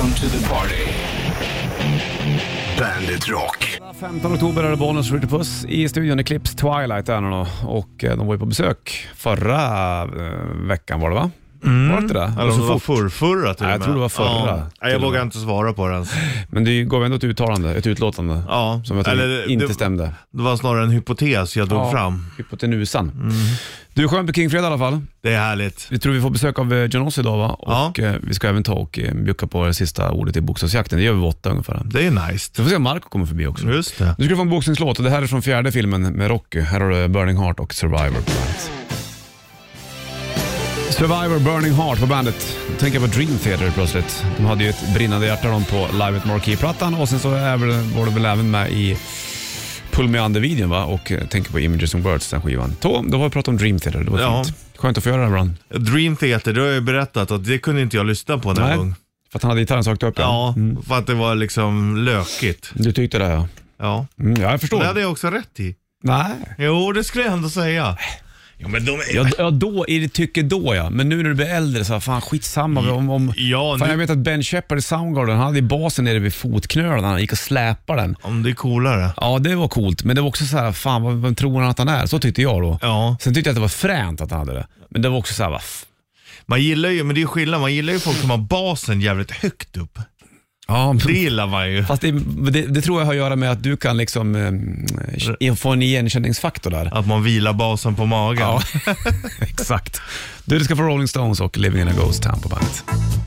Welcome to the party. Bandit Rock. 15 oktober är det Bollnäs Ritchie Puss i studion i Clips Twilight där nu, och de var ju på besök förra veckan var det va? Var det inte det? Eller det var förra till. Nej, jag tror det var förra. Ja, jag vågar inte svara på det. Men det gav ändå ett utlåtande som jag tror inte stämde. Det var snarare en hypotes jag tog fram. Hypotenusan. Du är skön på Kingfredag i alla fall. Det är härligt. Vi tror vi får besök av John Oss idag va? Och vi ska även ta och bjucka på det sista ordet i bokstavsjakten. Det gör vi 8 ungefär. Det är nice. Så får se om Marco kommer förbi också. Just det. Nu ska du få en boxningslåt och det här är från 4:e filmen med Rocky. Här har du Burning Heart och Survivor på bandet. Survivor, Burning Heart på bandet. Jag tänker på Dream Theater plötsligt. De hade ju ett brinnande hjärta de på Live at Marquee-plattan och sen så var det väl även med i Pull Me Under-videon va? Och tänker på Images and Words, den skivan. Då har vi pratat om Dream Theater, det var fint. Skönt att få göra det ibland. Dream Theater, då har jag berättat att det kunde inte jag lyssna på någon gång. För att han hade gitarren sagt upp den. Ja, för att det var liksom lökigt. Du tyckte det ja. Ja. Ja, jag förstår. Det hade jag också rätt i. Nej. Jo, det skulle jag ändå säga. Ja, men då är det tycker då ja. Men nu när du blir äldre så fan skitsamma fan, jag vet att Ben Shepard i Soundgarden, han hade i basen nere vid fotknölen, han gick och släpade den. Om det är coolare. Ja, det var coolt, men det var också så här, fan vem tror han att han är? Så tyckte jag då. Ja. Sen tyckte jag att det var fränt att han hade det. Men det var också så här, man gillar ju, men det är skillnad, man gillar ju folk som har basen jävligt högt upp. Ja, det gillar man ju. Fast det tror jag har att göra med att du kan liksom få en igenkänningsfaktor där. Att man vilar basen på magen. Ja, exakt. Du ska få Rolling Stones och Living in a Ghost Town på bandet.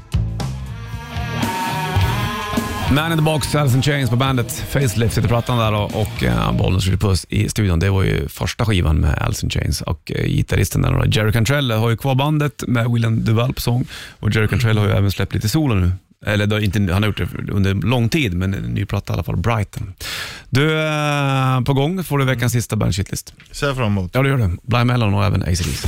Man in the Box, Alice in Chains på bandet. Facelift heter plattan där och Bollnäs Ritchie Puss i studion. Det var ju första skivan med Alice in Chains och gitarristen där då, Jerry Cantrell har ju kvar bandet med William Duvall på sång och Jerry Cantrell har ju även släppt lite solo nu. Eller då, inte, han har gjort det under lång tid, men en ny platta i alla fall, Brighton. Du är på gång, får du veckans sista Band Shitlist. Ser fram emot. Ja, det gör det. Blind Melon och även AC/DC.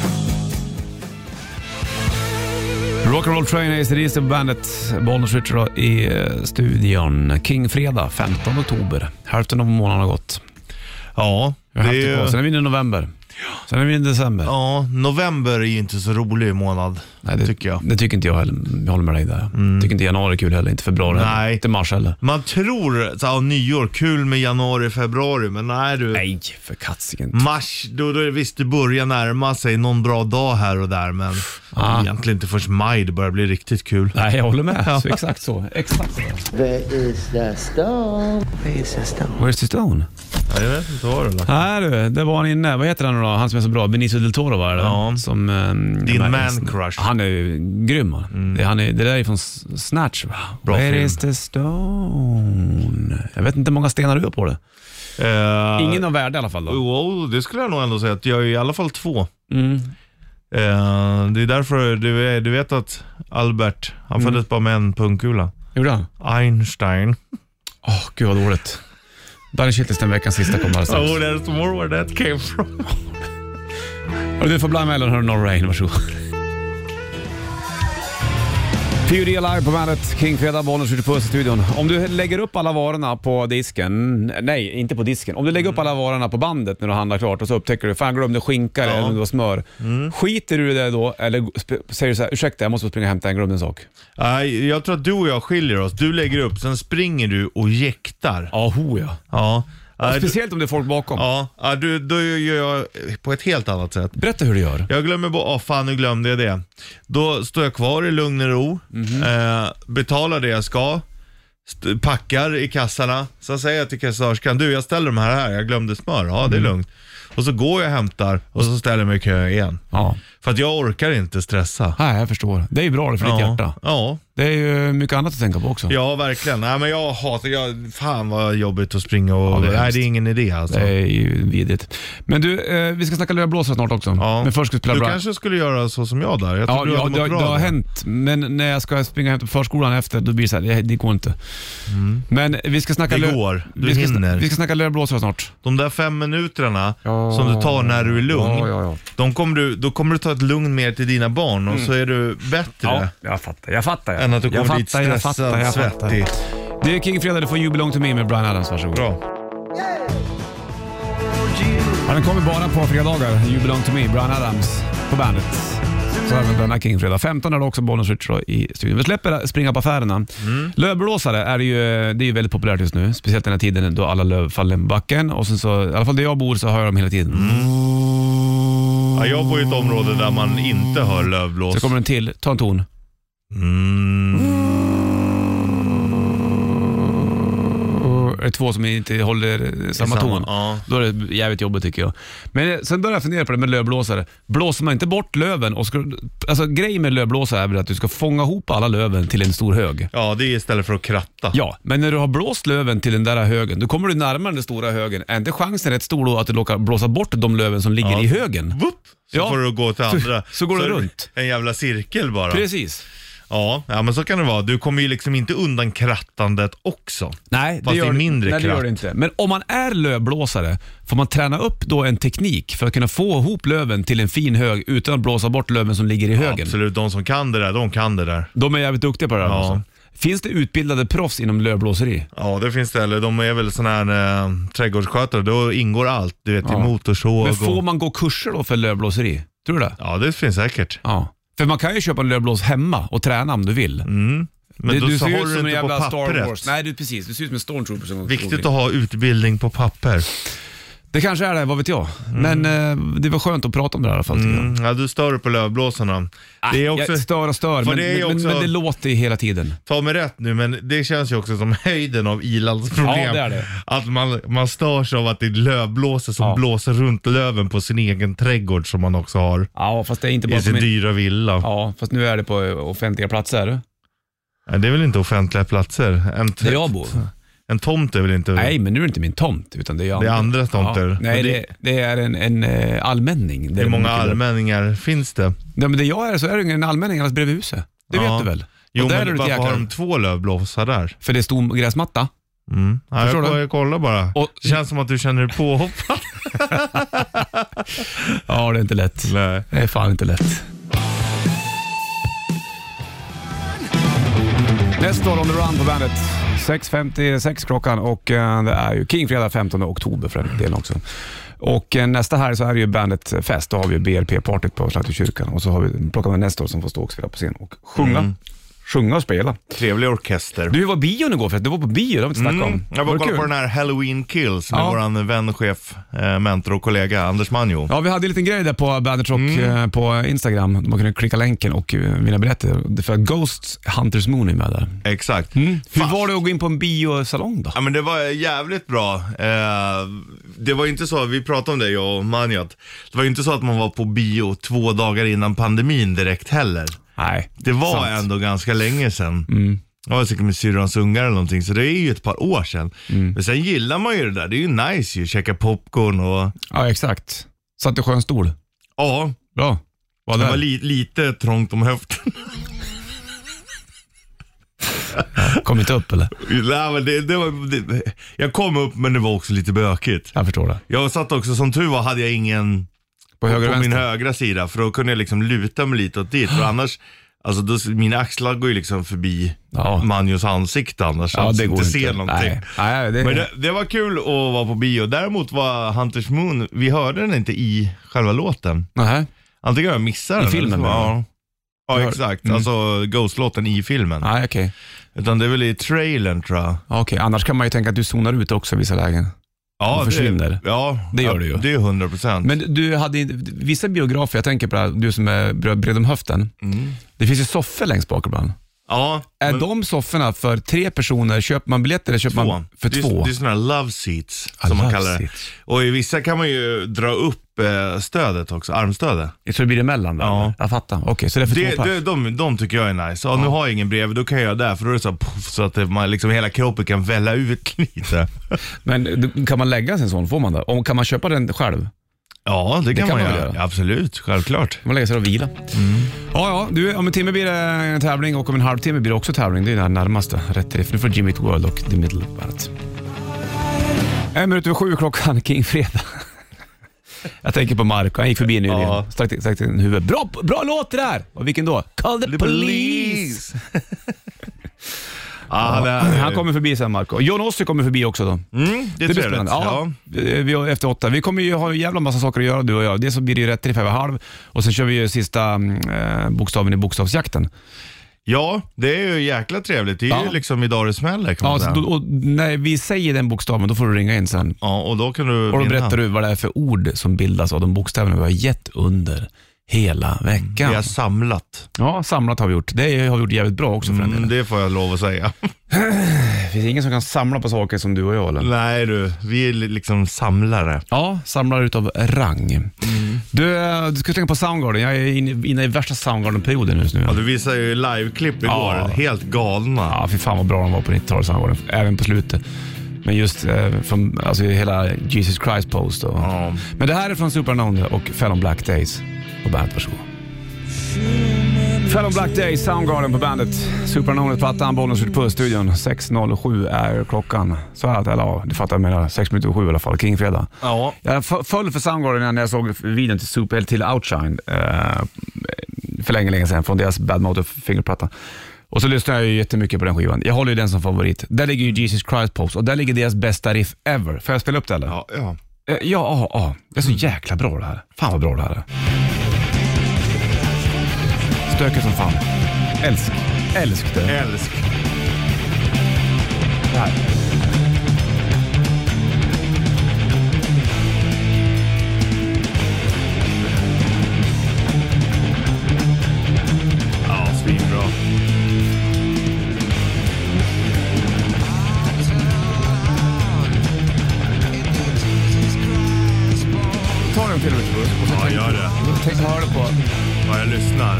Rock'n'Roll Train, AC/DC på bandet. Bollnäs Ritchie i studion. Kingfredag, 15 oktober. Hälften av månaden har gått. Ja, det är... Sen är vi inne i november. Sen är vi i december. Ja, november är ju inte så rolig månad. Nej, det tycker jag. Det tycker inte jag heller. Jag håller med dig där. Tycker inte januari är kul heller, inte februari. Nej. Inte mars heller. Man tror så nyår, kul med januari, februari, men nej, för katsigen. Mars, då är det visst det börjar närma sig någon bra dag här och där, men egentligen inte först maj det börjar bli riktigt kul. Nej, jag håller med. Så, exakt så. Where is the stone? Where's the stone? Ja, jag vet inte vad det är. Nej du, det var han inne. Vad heter han då? Han som är så bra, Benicio del Toro var det? Ja. Som, din man crush. Han är ju grym. Det där är från Snatch. Bra Where film. is the stone? Jag vet inte hur många stenar du har på det. Ingen av värde i alla fall då. Jo, det skulle jag nog ändå säga att jag är i alla fall 2. Det är därför du vet att Albert, han föddes bara med en pungkula. Gjorde han? Einstein. Gud vad dåligt. Där är shitlisten veckans sista kommer alltså. Oh, there's more where that came from. Och du får Blind Melon, hör No Rain, varsågod. PUD live på bandet, Kingfredag, Bollnäs Ritchie Puss i studion. Om du lägger upp alla varorna på disken, nej, inte på disken. Om du lägger upp alla varorna på bandet när du handlar klart och så upptäcker du, fan glömde skinka eller om det var smör. Skiter du det då eller säger du så här, ursäkta jag måste springa och hämta en glömd sak? Nej, jag tror att du och jag skiljer oss. Du lägger upp, sen springer du och jäktar. Ja. Speciellt om det är folk bakom. Ja, då gör jag på ett helt annat sätt. Berätta hur du gör. Jag glömmer bara, fan nu glömde jag det. Då står jag kvar i lugn och ro, betalar det jag ska, packar i kassarna. Så säger jag till kassörskan, du jag ställer de här, jag glömde smör. Ja, det är lugnt. Och så går jag och hämtar och så ställer jag mig i kö igen. Ja. För att jag orkar inte stressa. Nej, jag förstår. Det är ju bra för ditt hjärta. Ja. Det är ju mycket annat att tänka på också. Ja, verkligen. Nej, men jag hatar, fan vad jobbigt att springa och det är ingen idé alltså. Det är ju vidrigt. Men du, vi ska snacka lilla blåsare snart också. Ja. Men först ska vi spela du kanske skulle göra så som jag där. Jag tror det har hänt. Men när jag ska springa hem till förskolan efter, då blir det så här, det går inte. Men vi ska snacka vi ska snacka lilla blåsare snart. De där 5 minuterna som du tar när du är lugn, då kommer du ta ett lugn mer till dina barn och så är du bättre. Ja, jag fattar. Än att du kommer dit stressad, svettig. Det är Kingfredag, du får You Belong To Me med Bryan Adams, varsågod. Bra. Ja, den kommer bara på fredagar, You Belong To Me, Bryan Adams på bandet. Så även denna King fredag 15 är det också Bollnäs Richard i studion. Vi släpper springa på affärerna. Lövblåsare är det är ju väldigt populärt just nu. Speciellt den här tiden då alla löv faller i backen. Och sen så, i alla fall där jag bor så hör jag dem hela tiden. Ja, jag bor i ett område där man inte hör lövblås. Så kommer den till, ta en ton. Är det två som inte håller samma ton, ja. då är det jävligt jobbigt tycker jag. Men sen börjar jag fundera på det med lövblåsare. Blåser man inte bort löven och alltså grejen med lövblåsare är väl att du ska fånga ihop alla löven till en stor hög. Ja, det är istället för att kratta. Ja, men när du har blåst löven till den där högen, då kommer du närmare den stora högen. Är inte chansen rätt stor då att du råkar blåsa bort de löven som ligger i högen? Vupp, så får du gå till andra. Så går det runt. En jävla cirkel bara. Precis. Ja, men så kan det vara. Du kommer ju liksom inte undan krattandet också. Nej, det gör mindre nej, det gör det inte. Men om man är lövblåsare får man träna upp då en teknik för att kunna få ihop löven till en fin hög utan att blåsa bort löven som ligger i högen. Absolut, de som kan det där, de kan det där. De är jävligt duktiga på det där. Ja. Alltså. Finns det utbildade proffs inom lövblåseri? Ja, det finns det. Eller de är väl såna här trädgårdsskötare. Då ingår allt. Du vet, i motorsåg. Men får man gå kurser då för lövblåseri? Tror du det? Ja, det finns säkert. Ja. För man kan ju köpa en lövblås hemma och träna om du vill. Men då du så ser har ut du som en inte jävla på Star pappret. Wars. Nej, precis. Du ser ut som en stormtrooper. Som Viktigt att ha utbildning på papper. Det kanske är det, vad vet jag. Men det var skönt att prata om det i alla fall. Ja, du stör på lövblåsarna. Det är också, jag stör, men det låter hela tiden. Ta mig rätt nu, men det känns ju också som höjden av ilandsproblem. Ja, det är det. Att man störs av att det är lövblåsare som blåser runt löven på sin egen trädgård som man också har. Ja, fast det är inte bara i sin dyra villa. Ja, fast nu är det på offentliga platser. Nej, det är väl inte offentliga platser. Där jag bor. En tomt är väl inte... Nej, men nu är det inte min tomt, utan det är det är andra tomter. Ja, nej, det är en allmänning. Hur många allmänningar finns det? Ja, men det jag är så är det ingen allmänning alls bredvid huset. Det vet du väl? Jo, där men varför har de 2 lövblåsar där? För det är stor gräsmatta. Ja, jag kollar bara. Det känns som att du känner dig påhoppad. Ja, det är inte lätt. Nej. Det är fan inte lätt. Nästa år on the run på bandet. 6.56 klockan och det är ju King fredag 15 oktober för den delen också. Och nästa här så är det ju bandet fest. Då har vi BRP-partyt på Slakterkyrkan och så har vi plockat med Nestor som får stå och spela på scen och sjunga och spela. Trevlig orkester. Du var bion igår för att du var på bio, det har vi inte snackat om. Jag var kolla på den här Halloween Kills med våran vän, chef, mentor och kollega Anders Manjo. Ja, vi hade en liten grej där på Bandet Rock på Instagram. Man kunde klicka länken och vinna biljetter. För Ghosts Hunters Moon är med där. Exakt. Hur var det att gå in på en biosalong då? Ja, men det var jävligt bra. Det var inte så, vi pratade om det jag och Manjat. Det var inte så att man var på bio 2 dagar innan pandemin direkt heller. Nej, det var ändå ganska länge sedan. Jag var säkert med syrrans ungar eller någonting, så det är ju ett par år sedan. Men sen gillar man ju det där, det är ju nice ju, käka popcorn och... Ja, exakt. Satt i skön stol. Ja. Bra. Det var lite trångt om höften. Kom inte upp eller? Nej, men jag kom upp, men det var också lite bökigt. Jag förstår det. Jag satt också, som tur var hade jag ingen på min högra sida, för då kunde jag liksom luta mig lite åt dit. För annars, alltså mina axlar går ju liksom förbi Manjos ansikte annars. Ja, det går inte. Se någonting. Nej, men det var kul att vara på bio. Däremot var Hunters Moon, vi hörde den inte i själva låten. Nej. Antingen jag missade den. I filmen? Ja, exakt. Alltså Ghost-låten i filmen. Nej, okej. Utan det är väl i trailern, tror jag. Okej, annars kan man ju tänka att du zonar ut också i vissa lägen. Ja, försvinner. Det gör du ju. Det är 100%. Men du hade vissa biografer, jag tänker på det här, du som är bred om höften. Det finns ju soffor längst bak ibland. Ja. Är de sofforna för 3 personer? Köper man biljetter eller köper man för 2? Det är sådana här love seats som man kallar det. Och i vissa kan man ju dra upp stödet också, armstödet. Så det blir emellan där? Ja. Jag fattar. Okej, så det är för 2 pers. De tycker jag är nice. Nu har jag ingen brev, då kan jag göra det. För då är det så, så att man liksom hela kroppen kan välla ut lite. Men kan man lägga sig en sån, får man det? Och kan man köpa den själv? Ja, det kan man göra. Ja, absolut, självklart. Man lägger sig och vila. Ja, du, om en timme blir det en tävling och om en halvtimme blir det också tävling. Det är den närmaste. Rätt till det. Nu får Jimmy Eat World och The Middle Bart. 1:07 klockan, King fredag. Jag tänker på Marco, han gick förbi nyligen. Strax in huvudet. Bra låt det där! Och vilken då? Call the police! Han kommer förbi sen, Marco. John Ossie kommer förbi också då. Det är trevligt. Ja. Vi efter 8. Vi kommer ju ha en jävla massa saker att göra, du och jag. Det så blir det ju rätt 3:30. Och sen kör vi ju sista bokstaven i bokstavsjakten. Ja, det är ju jäkla trevligt. Det är ju liksom idag det smäller, kan man säga. Och när vi säger den bokstaven, då får du ringa in sen. Ja, och då kan du och då berättar du vad det är för ord som bildas av de bokstäverna vi har gett under hela veckan. Vi har samlat. Ja, samlat har vi gjort. Det har vi gjort jävligt bra också för en del. Det får jag lov att säga. Det finns ingen som kan samla på saker som du och jag, eller? Nej du, vi är liksom samlare. Ja, samlare utav rang. Du ska tänka på Soundgarden. Jag är inne i värsta Soundgarden-perioden just nu. Ja, du visade ju live-klipp igår. Ja. Helt galna. Ja, fy fan vad bra de var på 90-talet, Soundgarden. Även på slutet. Men just från hela Jesus Christ post. Ja. Men det här är från Superunknown och Fell on Black Days på bandet, varsågod. Fell on Black Days, Soundgarden på bandet. Superunknown, plattan, Bollnäs ute på studion. 6:07 är klockan. Så här, eller ja, det fattar jag med 6:07 i alla fall, Kingfredag. Ja. Jag föll för Soundgarden när jag såg videon till Outshine för länge sedan från deras Bad Motor Fingerplatta. Och så lyssnar jag ju jättemycket på den skivan. Jag håller ju den som favorit. Där ligger ju Jesus Christ Post och där ligger deras bästa riff ever. Får jag spela upp det eller? Ja. Ja. Det är så jäkla bra det här. Fan vad bra det här är. Stökigt som fan. Älsk det. Älsk. Det här. Ja, svinbra. Ta den till Richard. Ja, gör det. Tänk höra på. Ja, jag lyssnar.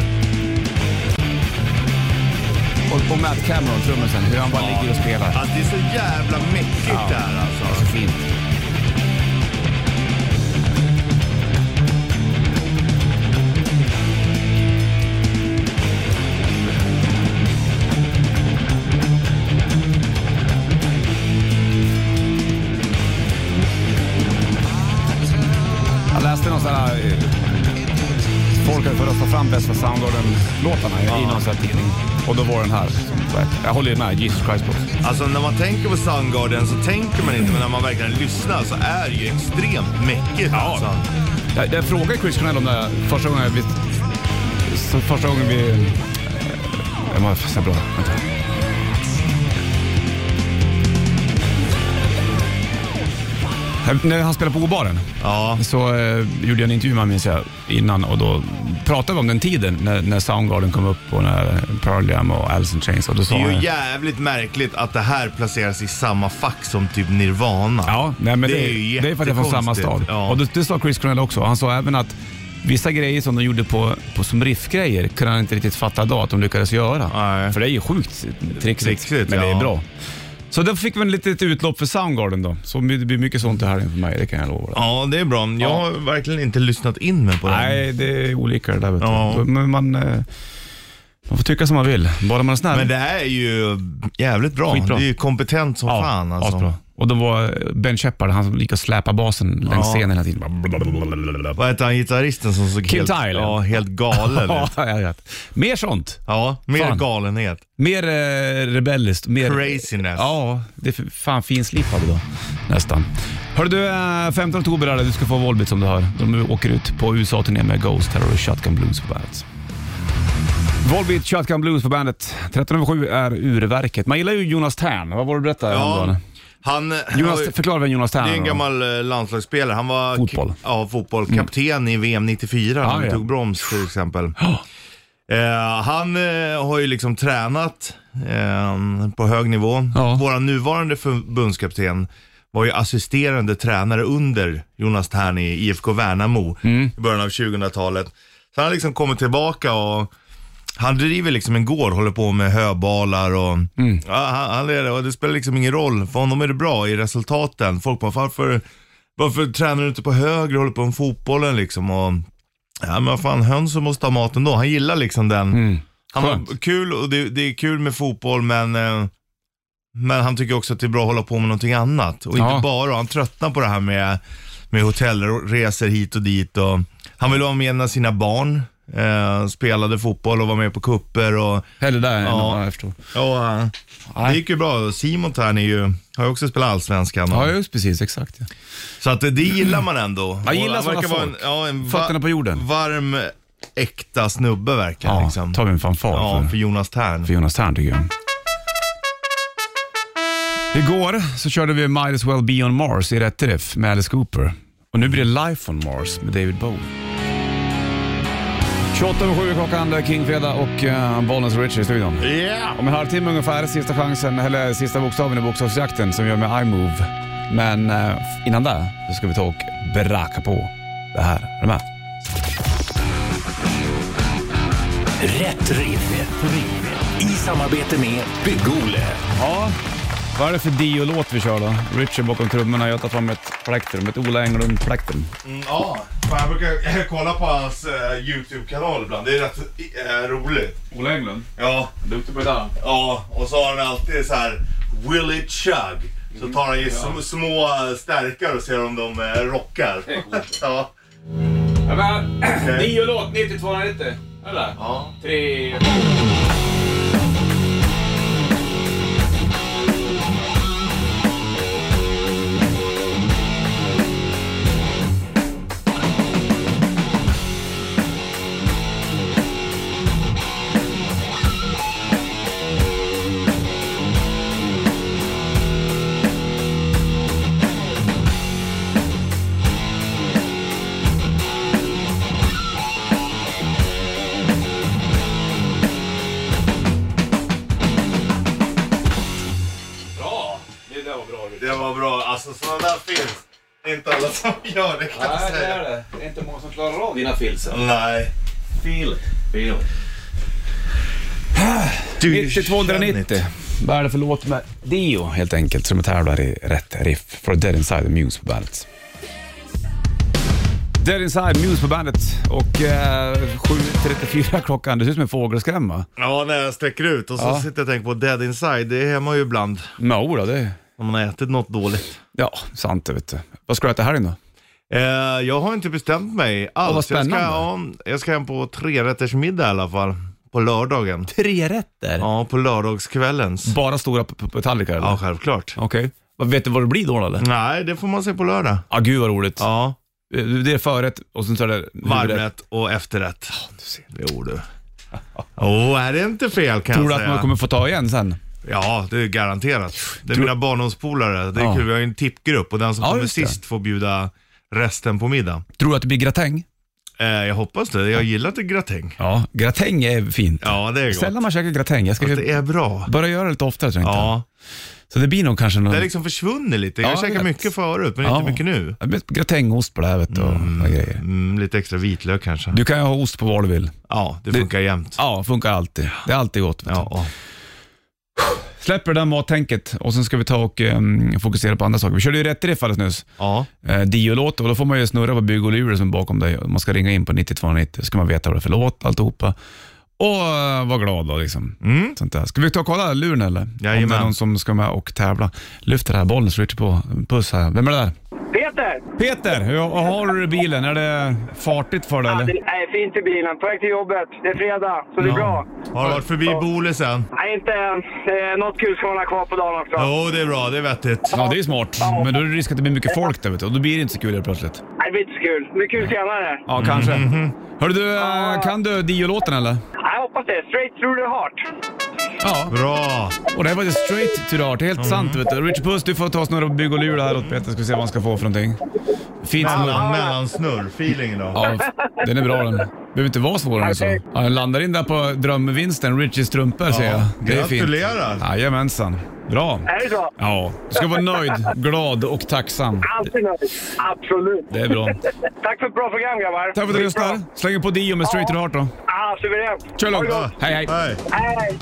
Och på Matt Cameron, trummisen, hur han bara ligger och spelar. Alltså, det är så jävla mäckigt där alltså. Det är så fint. Jag läste någon sån här folk hade för att rösta fram bästa Soundgarden-låtarna i någon sån här tidning. Och då var den här. Jag håller ju med, Jesus Christ Post. Alltså när man tänker på Soundgarden så tänker man inte, men när man verkligen lyssnar så är det ju extremt mäckigt. Ja. Alltså. Jag frågade Chris Cornell om det första gången vi jag måste säga bra. När han spelade på O-baren så gjorde jag en intervju med minns jag innan och då pratade vi om den tiden när Soundgarden kom upp och när Pearl Jam och Alice in Chains. Och då det är ju jävligt märkligt att det här placeras i samma fack som typ Nirvana. Ja, nej, men det är för att det är från samma stad. Ja. Och det sa Chris Cornell också. Han sa även att vissa grejer som de gjorde på som riffgrejer kunde han inte riktigt fatta då att de lyckades göra. Nej. För det är ju sjukt trixigt men det är bra. Så då fick vi en litet utlopp för Soundgarden då. Så det blir mycket sånt här för mig, det kan jag lova. Ja, det är bra. Jag har verkligen inte lyssnat in mig på det. Nej, det är olika det där, vet du. Men man får tycka som man vill, bara man är snäll. Men det här är ju jävligt bra. Skitbra. Det är ju kompetent som fan alltså. Bra. Och då var Ben Shepard, han som lika släpa basen längs scenen hela tiden. Vad heter han, gitarristen som såg Kim helt, Tyler. helt galen ut? Ja, jag vet. Mer sånt. Ja, mer Fan. galenhet. Mer rebelliskt. Mer Craziness. Ja, det är fan finslipade då. Nästan. Hörru du, 15 oktober är det, du ska få Volbeat som du hör. De åker ut på USA-turné med Ghost, här har du Shotgun Blues på bandet. Volbeat, Shotgun Blues på bandet. 13:07 är urverket. Man gillar ju Jonas Tern. Vad var det du berättade om då? Förklara vem Jonas Tern. Det är en gammal landslagsspelare. Han var fotboll. Fotboll. Kapten i VM 94. Han tog brons till exempel. Han har ju liksom tränat på hög nivå. Våra nuvarande förbundskapten var ju assisterande tränare under Jonas Tern i IFK Värnamo i början av 2000-talet. Så han har liksom kommit tillbaka och han driver liksom en gård, håller på med höbalar och han är det, och det spelar liksom ingen roll. För honom är det bra i resultaten. Folk bara, varför tränar du inte på högre, håller på med fotbollen liksom? Och ja, men vad fan, hönsen måste ha maten då. Han gillar liksom den. Han har kul, och det är kul med fotboll, men han tycker också att det är bra att hålla på med någonting annat. Och inte bara, han tröttnar på det här med hotellresor hit och dit. Och han vill vara med sina barn spelade fotboll och var med på kupper och Hellre där än Ja. jag förstår. det gick ju bra. Simon här har ju också spelat allsvenskan. Ja, just precis, exakt. Ja. Så att det gillar man ändå. Jag gillar Och han sådana verkar folk. vara en Fötterna på jorden. varm, äkta snubbe verkligen. Ja, Liksom. tar vi en fanfar För Jonas Tern. för Jonas Tern tycker jag. Igår så körde vi Might As Well Be On Mars i rätt riff med Alice Cooper. Och nu blir det Life on Mars med David Bowie. 28:07 klockan, det är King-fredag och Bollnäs och Richie i studion. Yeah! Om en halvtimme ungefär, sista chansen, eller sista bokstaven i bokstavsjakten som vi gör med iMove. Men innan det så ska vi ta och braka på det här. Är du med? Rätt riff. I samarbete med Bygg-Ole. Ja, vad är det för Dio-låt vi kör då? Richie bakom trummorna, jag tar fram ett plektrum, ett Ola Englund-plektrum. Ja, jag brukar kolla på hans YouTube-kanal ibland. Det är rätt roligt. Ola Englund? Ja. Duktig på det där. Ja, och så har han alltid så här Will it chug? Så tar han ju små stärkare och ser om de rockar. Ja. Ja, men Dio-låt 9290. Eller? Ja. 3... Det var bra. Alltså sådana där finns. Det är inte alla som gör det, kan jag Nej, det säga. är det. Det är inte många som klarar av dina filser. Nej. Feel. 9290. Vad är det för låt med Dio helt enkelt som tävlar i rätt riff för Dead Inside Muse på bandet. Dead Inside Muse på bandet och 7:34 klockan. Det ser ut som en fågelskrämma. Ja, när jag sträcker ut och så sitter jag och tänker på Dead Inside. Det är man ju ibland. Ja, då, det. Om man har ätit något dåligt. Ja, sant det vet du. Vad ska du äta här inne då? Jag har inte bestämt mig alls. vad spännande. Jag ska hem på 3-rättersmiddag i alla fall. På lördagen. 3 rätter? Ja, på lördagskvällens. Bara stora på tallrikar eller? Ja, självklart. Okej. Vet du vad det blir då eller? Nej, det får man se på lördag. Ja, gud vad roligt. Ja, Det är förrätt och sen så är det varmrätt och efterrätt. Du ser. Jo du. Är det inte fel kan Tror du jag att säga. man kommer få ta igen sen? Ja, det är garanterat. Det är mina barndomspolare. Det är kul, vi har ju en tippgrupp och den som kommer just det. sist får bjuda resten på middag. Tror du att det blir gratäng? Jag hoppas det. Jag gillar det gratäng. Ja, gratäng är fint. Ja, det är gott. Sällan man käkar gratäng. Jag ska Fast det är bra. börja göra det lite oftare tror jag inte. Ja, Så det blir nog kanske någon... det är liksom försvunnit lite. Jag Ja, käkar vet. mycket förut, men Ja. inte mycket nu. Gratängost på det här vet du, och grejer. Lite extra vitlök kanske. Du kan ju ha ost på vad du vill. Ja, det funkar jämt. Ja, funkar alltid. Det är alltid gott. Vet du. Ja. Släpper det där mattänket och sen ska vi ta och fokusera på andra saker. Vi körde ju rätt riff alldeles nyss. Ja. Dio-låt och då får man ju snurra på Bygg-Ole som är bakom dig. Man ska ringa in på 9290 så ska man veta vad det är för låt, alltihopa. Och vara glad då liksom. Sånt där. Ska vi ta och kolla luren eller? Om det Jajamän. är någon som ska med och tävla. Lyfter det här bollen så Richard på puss här. Vem är det där? Peter! Peter, hur har du bilen? Är det fartigt för dig eller? Det är fint i bilen. På väg till jobbet. Det är fredag, så det är bra. Har du varit förbi Bolisen? Nej, inte än. Något kul ska man ha kvar på dagen också. Jo, det är bra. Det är vettigt. Ja, det är smart. Men då är det risk att det blir mycket folk där vet du. Och då blir det inte så kul helt plötsligt. Nej, det blir inte så kul. Det blir kul senare. Ja, kanske. Hörru du, kan du Dio-låten eller? Jag hoppas det. Straight through the heart. Ja. Bra. Och det här var ju straight to the heart. Det är helt sant vet du. Richard Puss, du får ta och snurra på Bygg och lura här åt Peter. Ska vi se vad han ska få för någonting. Fint snurr. Mellansnurr. Feelingen då. Ja, den är bra den. Behöver inte vara svårare än så. Ja, den landar in där på drömvinsten, Richies strumpor ser jag. Det är fint. gratulerar. Jajamensan. Bra. Är det så? Ja, du ska vara nöjd, glad och tacksam. Alltid nöjd. Absolut. Det är bra. Tack för ett bra program, grabbar. Tack för att du lyssnar. Slänger på Dio med Straight to the Heart då. Suveränt. Kör långt. Ha det gott. Hej, hej. Hej. Hej.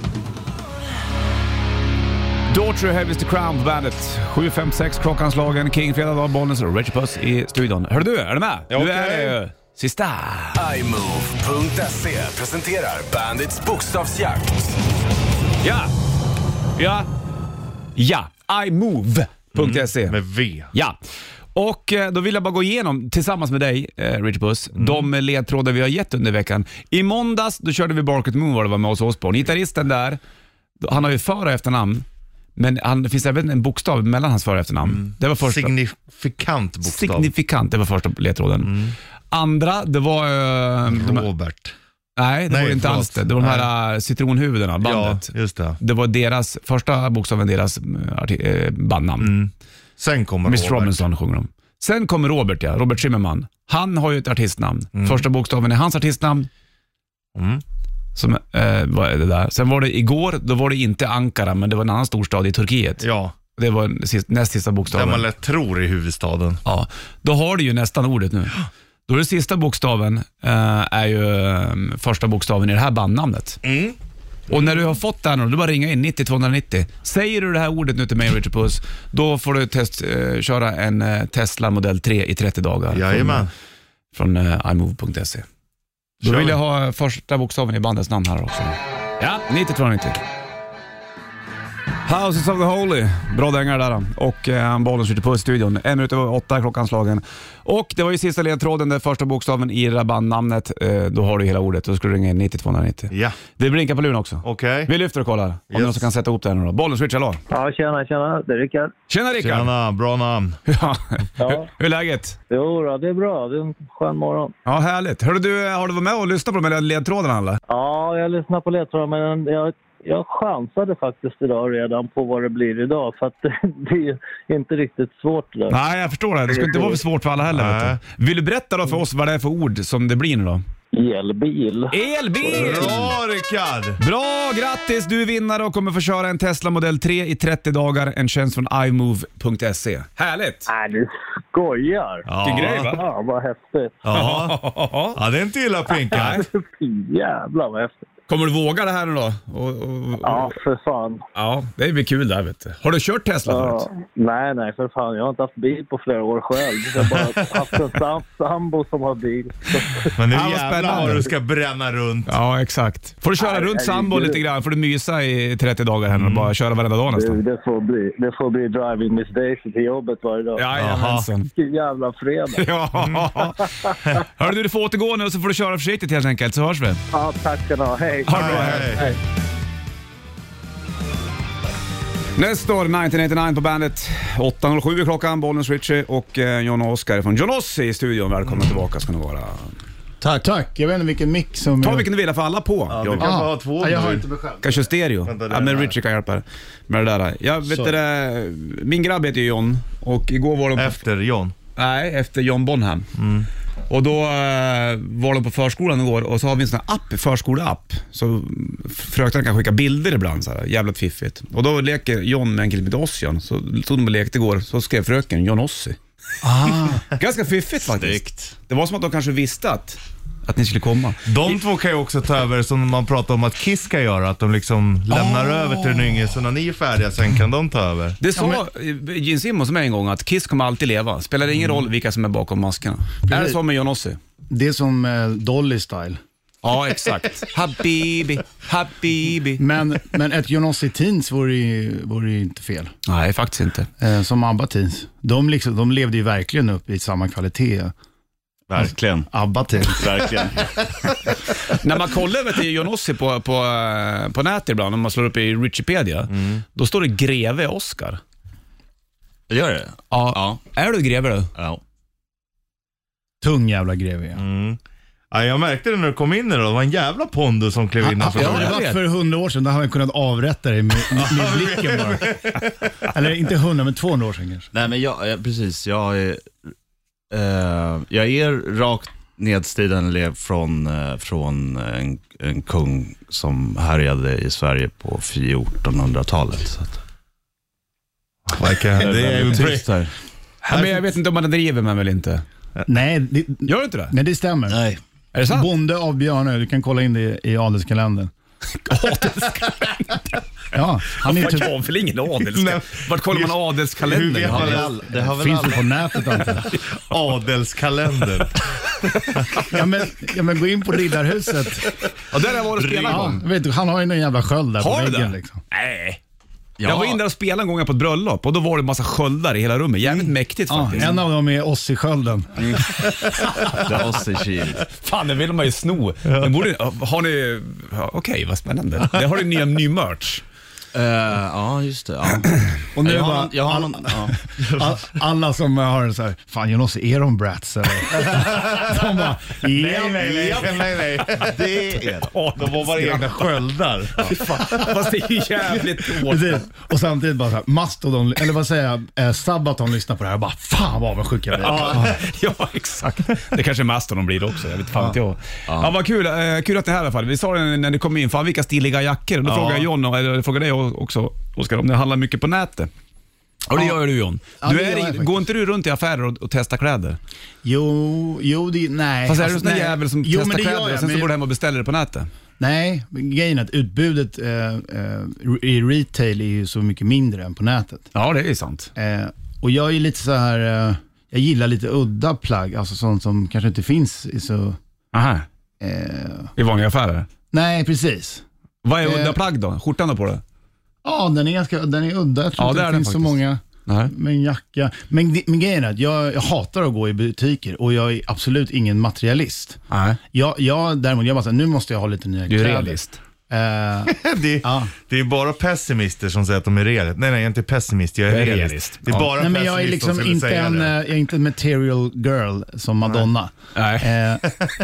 Daughtry Heavy's the Crown på bandet. 7.56 klockan slagen. King-fredag dag, Bollnäs och Richard Puss i studion. Hör du, är du med? Ja, Du okej. är ju sista. iMove.se presenterar bandits bokstavsjakt. Ja, iMove.se. Med V. Ja, Och då vill jag bara gå igenom tillsammans med dig, Richard Puss, de ledtrådar vi har gett under veckan. I måndags, då körde vi Barket Moon, var med oss Osborne. Gitarristen där, han har ju för- och efternamn, men det finns även en bokstav mellan hans för- och efternamn. Det var första. Signifikant bokstav. Signifikant, det var första ledtråden. Andra, det var... Robert. Nej, det var inte alls det. Det var de här citronhuvudena, bandet. Ja, just det. Det var deras första bokstaven, deras bandnamn. Sen kommer Mr. Robert. Robinson sjunger de. Sen kommer Robert, Robert Zimmerman. Han har ju ett artistnamn. Första bokstaven är hans artistnamn. Som vad är det där. Sen var det igår, då var det inte Ankara, men det var en annan storstad i Turkiet. Ja. Det var näst sista bokstaven. Där man lätt tror i huvudstaden. Ja, då har du ju nästan ordet nu. Då är det sista bokstaven är ju första bokstaven i det här bandnamnet. Och när du har fått det här nu, du bara ringa in 90-290. Säger du det här ordet nu till mig, Richard Puss, då får du köra en Tesla Model 3 i 30 dagar. Jajamän. Från imove.se. Då vill jag ha första bokstaven i bandets namn här också. Ja, 90-290. Houses of the Holy. Bra dängar där. Och bollen skjuter på studion. 1 minut över 8 klockan slagen. Och det var ju sista ledtråden, den första bokstaven i det bandnamnet. Då har du hela ordet. Då ska du ringa in 90-290. Ja. Det blinkar på luren också. Okej. Vi lyfter och kollar. Om någon som kan sätta ihop det här nu då. Bollen switch, hallå. Ja, tjena. Det är Rickard. Tjena Rickard. Tjena, bra namn. Ja. Ja. Hur är läget? Jo, då, det är bra. Det är en skön morgon. Ja, härligt. Hörru du, har du varit med och lyssnat på de här ledtrådarna eller? Ja, jag lyssnar på ledtrådar, men jag chansade faktiskt idag redan på vad det blir idag. För att det är inte riktigt svårt det där. Nej, jag förstår det. Det ska inte vara för svårt för alla heller. Vet du. Vill du berätta då för oss vad det är för ord som det blir nu då? Elbil. Elbil! Bra, Rickard! Bra, grattis! Du är vinnare och kommer få köra en Tesla Model 3 i 30 dagar. En tjänst från imove.se. Härligt! Nej, du skojar. Vilken grej, va? Ja, vad häftigt. Ja, det är inte illa pinkat. Jävlar vad häftigt. Kommer du våga det här nu då? Ja, för fan. Ja, det blir kul där, vet du. Har du kört Tesla förut? Nej, för fan. Jag har inte haft bil på flera år själv. Jag har bara haft en sambo som har bil. Men nu Ja, vad jävlar spännande. vad du ska bränna runt. Ja, exakt. Får du köra runt sambo lite grann? Får du mysa i 30 dagar här och bara köra varenda dag nästan? Det får bli driving Miss Daisy till jobbet varje dag. Jajamensan. Vilken jävla fredag. Ja. Hörru du får återgå nu och så får du köra försiktigt helt enkelt, så hörs vi. Ja, tack ska ni ha. Hej. Ha det bra, hej. Nästa år 1989 på bandet. 8.07 är klockan, Bollnäs Richie och John och Oskar från Johnossi i studion. Välkomna tillbaka ska ni vara. Tack. Jag vet inte vilken mix som... Ta vilken du vill, för alla på. Ja, John. du kan ha två. jag har inte mig själv. Kan köra stereo. Vänta, Ja, men här. Richie kan hjälpa er med det där. Jag vet det, min grabb heter ju John och igår var de Efter John. efter John Bonham. Och då var de på förskolan igår och så har vi en sån här app, förskoleapp. Så fröknarna kan skicka bilder ibland så här, jävligt fiffigt. Och då leker John med en kille med Ossian. Så tog de och lekte igår, så skrev fröken John Ossi. Ganska fiffigt faktiskt. Det var som att de kanske visste att ni skulle komma. De två kan ju också ta över som man pratar om att Kiss ska göra. Att de liksom lämnar över till den yngre. Så när ni är färdiga sen kan de ta över. Det sa Gene Simmons som en gång att Kiss kommer alltid leva. Spelar ingen roll vilka som är bakom maskerna. Är det så med John Ossi? Det är som Dolly Style. Ja, exakt. Habibi. Men ett Johnossi Teens vore ju inte fel. Nej, faktiskt inte. Som ABBA Teens. De levde ju verkligen upp i samma kvalitet. Verkligen. ABBA Teens. Verkligen. När man kollar John Ossi på nätet ibland, om man slår upp i Wikipedia, då står det greve Oscar. Gör det? Ja. Är du greve då? Ja. Tung jävla greve. Ja, jag märkte det när du kom in där. Det var en jävla pondus som klev in. Det var för 100 år sedan. Då hade han kunnat avrätta dig med blicken bara. Eller inte 100, men 200 år sedan kanske. Nej, men precis. Jag är rakt nedstigen elev från en kung som härjade i Sverige på 1400-talet. Så att... Det är ju trist här. Ja, men jag vet inte om man driver med väl inte. Nej, Gör du inte det? nej, det stämmer. Nej. Är det sant? Bonde av Björnö, du kan kolla in det i adelskalendern. Ja, han är Jag typ, har väl ingen adelskalender. Vart kollar man adelskalender? Hur vet man Ja, Det har väl finns alla... det på nätet antar jag. adelskalender. Ja, men gå in på Riddarhuset. där har jag varit och spelat Ja, gång. vet du, han har ju en jävla sköld där Har på du väggen det? liksom. Nej. Ja. Jag var inne där och spelade en gång på ett bröllop och då var det en massa sköldar i hela rummet. Jävligt mäktigt faktiskt. En av dem är oss i skölden. The Aussie Shield. Fan, det vill man ju sno. Den borde, har ni... Ja, okej, vad spännande. Det har du ny merch. Ja, just det. Ja. Och nu Jag har någon, alla som har en så här, fan Jonas, är de brats eller? De bara, Nej. det är De var bara egna sköldar. Fast det är ju jävligt hårt. precis. Och samtidigt bara så här, Mastodon, eller vad säger jag, Sabaton lyssnar på det här och bara, fan vad avundsjuk jag blir. Ja, exakt. Det kanske Mastodon blir också. Jag vet fan inte jag. Ja, vad kul. Kul att det här i alla fall. Vi sa det när det kom in, fan vilka stiliga jackor. Då frågade jag John, eller frågade dig också, Oskar, om det handlar mycket på nätet. Och det gör du, John. Går inte du runt i affärer och testar kläder? Jo, nej. Fast är du sån där jävel som testar men det kläder gör jag, och sen så men går du hem och beställer det på nätet? Nej, grejen är att utbudet i retail är ju så mycket mindre än på nätet. Ja, det är sant. Och jag är lite så här, jag gillar lite udda plagg, alltså sånt som kanske inte finns i så... Aha. I vanliga affärer? Nej, precis. Vad är udda plagg då? Skjortan då på det? Ja, den är udda. Jag tror inte det finns så många Nej. med en jacka. Men grejen är att jag hatar att gå i butiker och jag är absolut ingen materialist. Nej. Däremot, jag bara så här, nu måste jag ha lite nya kläder. Du är realist. Det är bara pessimister som säger att de är realister. Nej, jag är inte pessimist, jag är realist. Det är bara Nej, men jag är pessimister liksom som inte säga det. jag är inte en material girl som Madonna. Nej.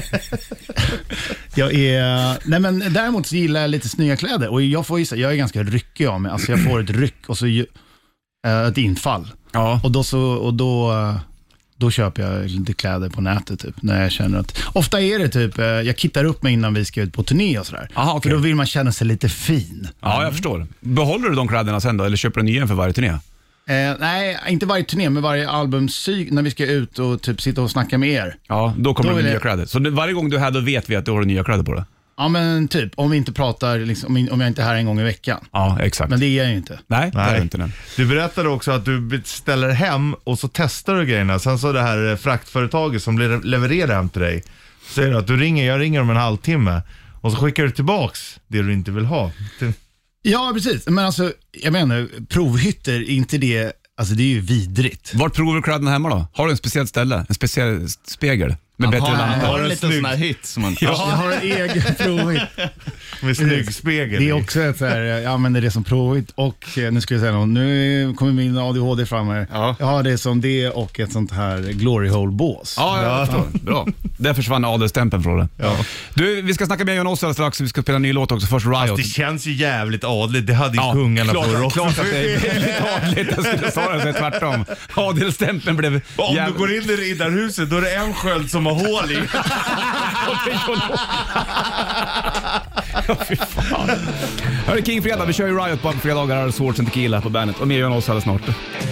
Nej, men däremot så gillar jag lite snygga kläder och jag får gissa, jag är ganska ryckig av mig. Alltså jag får ett ryck och så ett infall. Ja. Och då köper jag lite kläder på nätet typ, när jag känner att... Ofta är det typ, jag kittar upp mig innan vi ska ut på turné och sådär. Aha, okay. För då vill man känna sig lite fin. Ja, jag förstår. Behåller du de kläderna sen då, eller köper du nya för varje turné? Nej, inte varje turné, men varje albumsyk när vi ska ut och typ sitta och snacka med er. Ja, då kommer det nya kläder. Så varje gång du är här, då vet vi att du har nya kläder på dig? Ja, men typ, om vi inte pratar, liksom, om jag inte är här en gång i veckan. Ja, exakt. Men det är jag ju inte. Nej, det är inte den. Du berättade också att du beställer hem och så testar du grejerna. Sen så det här fraktföretaget som levererar hem till dig säger att jag ringer om en halvtimme och så skickar du tillbaks det du inte vill ha. Ja, precis. Men alltså, jag menar, provhytter, inte det, alltså det är ju vidrigt. Vart provar du kläderna hemma då? Har du en speciell ställe? En speciell spegel? Med bättre lampa? Har en liten sån här hit som man... Jag har en egen provhytt. Med snygg spegel. Det är också ett så här, jag använder det som provhytt och nu ska jag säga något, nu kommer min ADHD fram här. Ja. Jag har det som det och ett sånt här glory hole-bås. Ja, jag förstår. Bra. Där försvann adelstämpeln från det. Ja. Du, vi ska snacka med John Oscar strax. Vi ska spela en ny låt också. Först Riot. Det känns ju jävligt adligt. Det hade ju kungarna på rock. Klart att det är väldigt adligt. Jag skulle svara sig tvärtom. Adelstämpeln blev... Om du går in i riddarhuset, då är det en sköld som har hål i. Ja, fy fan. Hörru, King Fredag. Vi kör ju Riot på fredagar. Här är Swords and Tequila på bandet. Och med John Oscar snart.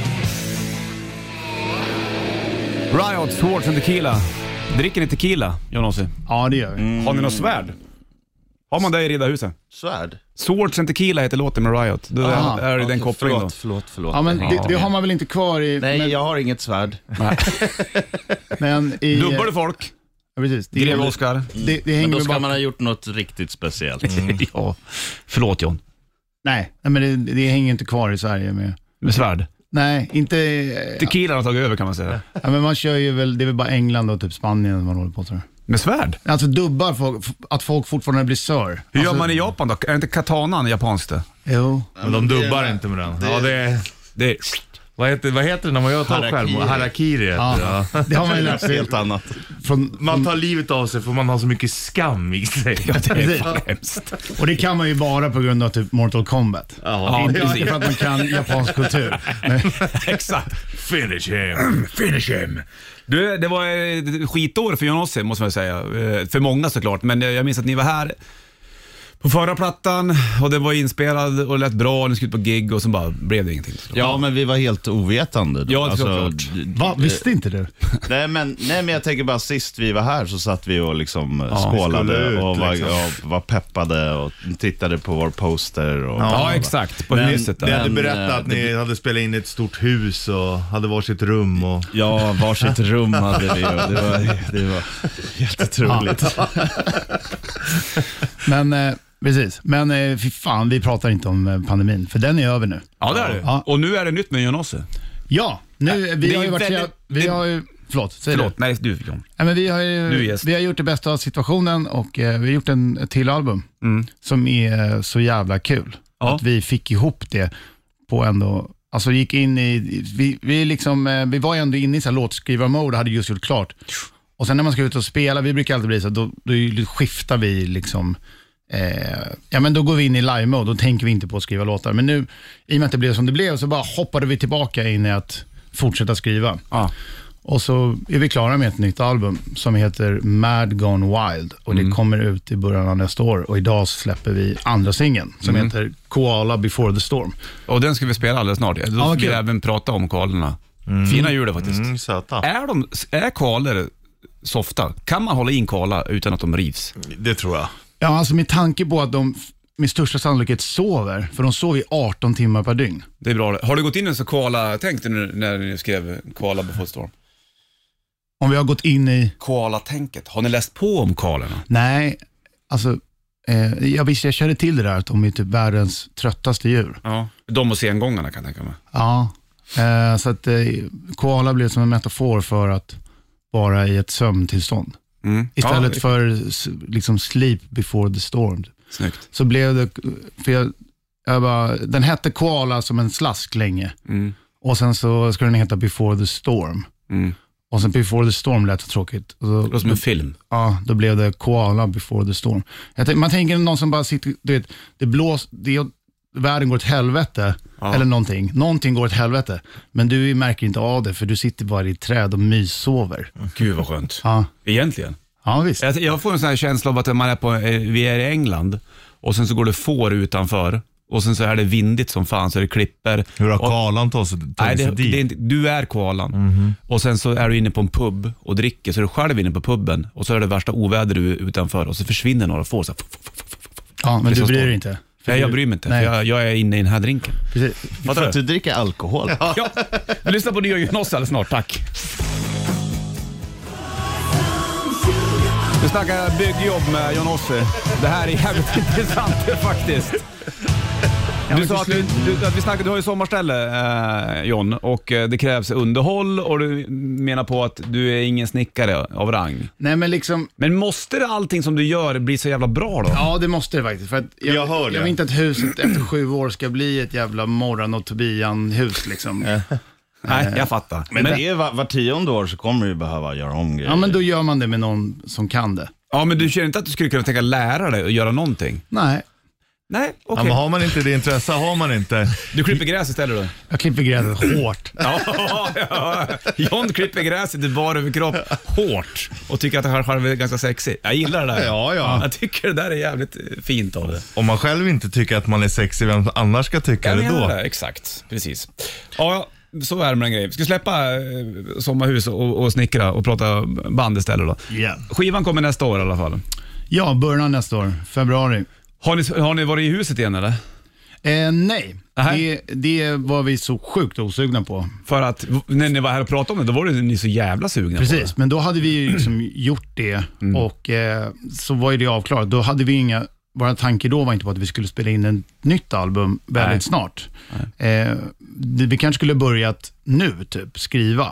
Riot, Swords and Tequila. Dricker ni tequila, John Oscar? Ja, det gör vi. Har ni något svärd? Har man det i riddarhuset? Svärd? Swords and Tequila heter låten med Riot. Det är den kopplingen då. Förlåt. Ja, men det har man väl inte kvar i... Nej, jag har inget svärd. Men i... Dubbar du folk? Ja, precis. Grev Oscar? Det Men hänger då väl ska bara... man ha gjort något riktigt speciellt. Ja. Förlåt, John. Nej, men det hänger inte kvar i Sverige med... Med svärd? Nej, inte... Tequila har tagit över kan man säga. Ja, men man kör ju väl, det är väl bara England och typ Spanien man håller på tror jag. Med svärd? Alltså dubbar att folk fortfarande blir sör. Hur gör man i Japan då? Är inte katanan japanskt det? Jo. Men de dubbar inte med den. Ja, Det är... Vad heter det när man gör tar själv? Harakiri heter det. Det har man ju lärt sig. Helt annat. Man tar livet av sig för man har så mycket skam i sig. Ja, det är fan hemskt. Och det kan man ju bara på grund av typ Mortal Kombat. Ja, Inte för att man kan japansk kultur. Exakt. Finish him. Finish him. Du, det var ett skitår för John Ossie, måste man säga. För många såklart, men jag minns att ni var här på förra plattan och det var inspelad och lät bra och ni skulle ut på gig och så bara blev det ingenting. Ja, men vi var helt ovetande då. Ja, såklart. Va? Visste inte du? Nej, men jag tänker bara sist vi var här så satt vi och liksom skålade ut, och liksom. var peppade och tittade på vår poster. Och Ja, exakt. På huset där. Ni hade berättat att ni hade spelat in i ett stort hus och hade varsitt rum. Och... Ja, varsitt rum hade vi och det var jättetroligt. Men precis. Men fy fan, vi pratar inte om pandemin, för den är över nu. Ja, det är det. Ja. Och nu är det nytt med Jonosse. Ja, nu, vi har ju varit... Förlåt, nej du John. Ja, men vi har gjort det bästa av situationen och vi har gjort ett till album som är så jävla kul. Ja. Att vi fick ihop det på ändå, alltså gick in i, vi var ju ändå inne i så här låtskrivar-mode och hade just gjort klart. Och sen när man ska ut och spela, vi brukar alltid bli så, då skiftar vi liksom, men då går vi in i live-mode, då tänker vi inte på att skriva låtar. Men nu, i och med att det blev som det blev, så bara hoppade vi tillbaka in i att fortsätta skriva. Ja. Och så är vi klara med ett nytt album som heter Mad Gone Wild och det kommer ut i början av nästa år och idag släpper vi andra singeln som heter Koala Before the Storm. Och den ska vi spela alldeles snart. Då ska vi även prata om koalorna. Fina djur faktiskt. Söta. Är koalor softa? Kan man hålla in koala utan att de rivs? Det tror jag. Ja, alltså med tanke på att de med största sannolikhet sover, för de sover i 18 timmar per dygn. Det är bra. Har du gått in i en så koala, tänkte du när ni skrev Koala Before the Storm? Om vi har gått in i... Koala-tänket. Har ni läst på om koalorna? Nej, alltså jag kände till det där att de är typ världens tröttaste djur. Ja, de och sengångarna kan jag tänka mig. Ja, så att koala blir som en metafor för att vara i ett sömntillstånd. Istället för liksom sleep before the storm. Snyggt. Så blev det, för den hette koala som en slask länge. Och sen så skulle den heta Before the Storm. Och sen Before the Storm lät så tråkigt. Och det var som en film. Ja, då blev det Koala Before the Storm. Man tänker någon som bara sitter, du vet, världen går åt helvete eller någonting. Någonting går åt helvete. Men du märker inte av det för du sitter bara i ett träd och myssover. Gud vad skönt. Ja. Egentligen. Ja, visst. Jag får en sån här känsla av att man vi är i England och sen så går det får utanför. Och sen så är det vindigt som fan så det klipper. Hur har koalan tagit sig dit? Du är koalan. Och sen så är du inne på en pub och dricker, så är du själv inne på puben och så är det värsta oväder utanför och så försvinner några får så. Ja, men du bryr dig inte. Nej, jag bryr mig inte. För jag är inne i den här drinken. Precis. För att du dricker alkohol. Ja. Vi lyssnar på nya Jonosse alldeles snart, tack. Vi snackar byggjobb med Jonosse. Det här är jävligt intressant faktiskt. Du sa att du har ju sommarställe, John, och det krävs underhåll och du menar på att du är ingen snickare av rang. Nej, men liksom... Men måste det allting som du gör bli så jävla bra då? Ja, det måste det faktiskt. För att jag vill inte att huset efter 7 år ska bli ett jävla Morran och Tobian-hus liksom. Nej, jag fattar. Men det är var 10:e år så kommer du behöva göra om grejer. Ja, men då gör man det med någon som kan det. Ja, men du känner inte att du skulle kunna tänka lära dig att göra någonting? Nej, okej. Ja, men har man inte det intresse, har man inte. Du klipper gräs istället då? Jag klipper gräset hårt. Ja. John klipper gräset i bar överkropp hårt och tycker att det här själv är ganska sexy. Jag gillar det där. Ja. Jag tycker det där är jävligt fint av det. Om man själv inte tycker att man är sexy, vem annars ska tycka det då? Exakt, precis. Ja, så är det med den grejen. Vi ska släppa sommarhus och snickra och prata band istället då. Yeah. Skivan kommer nästa år i alla fall. Ja, början nästa år, februari. Har ni varit i huset igen eller? Nej, det var vi så sjukt osugna på. För att när ni var här och pratade om det, då var ni så jävla sugna på det. Precis, men då hade vi ju liksom gjort det och så var ju det avklarat. Då hade vi våra tanke då var inte på att vi skulle spela in ett nytt album väldigt snart. Vi kanske skulle börjat nu typ skriva.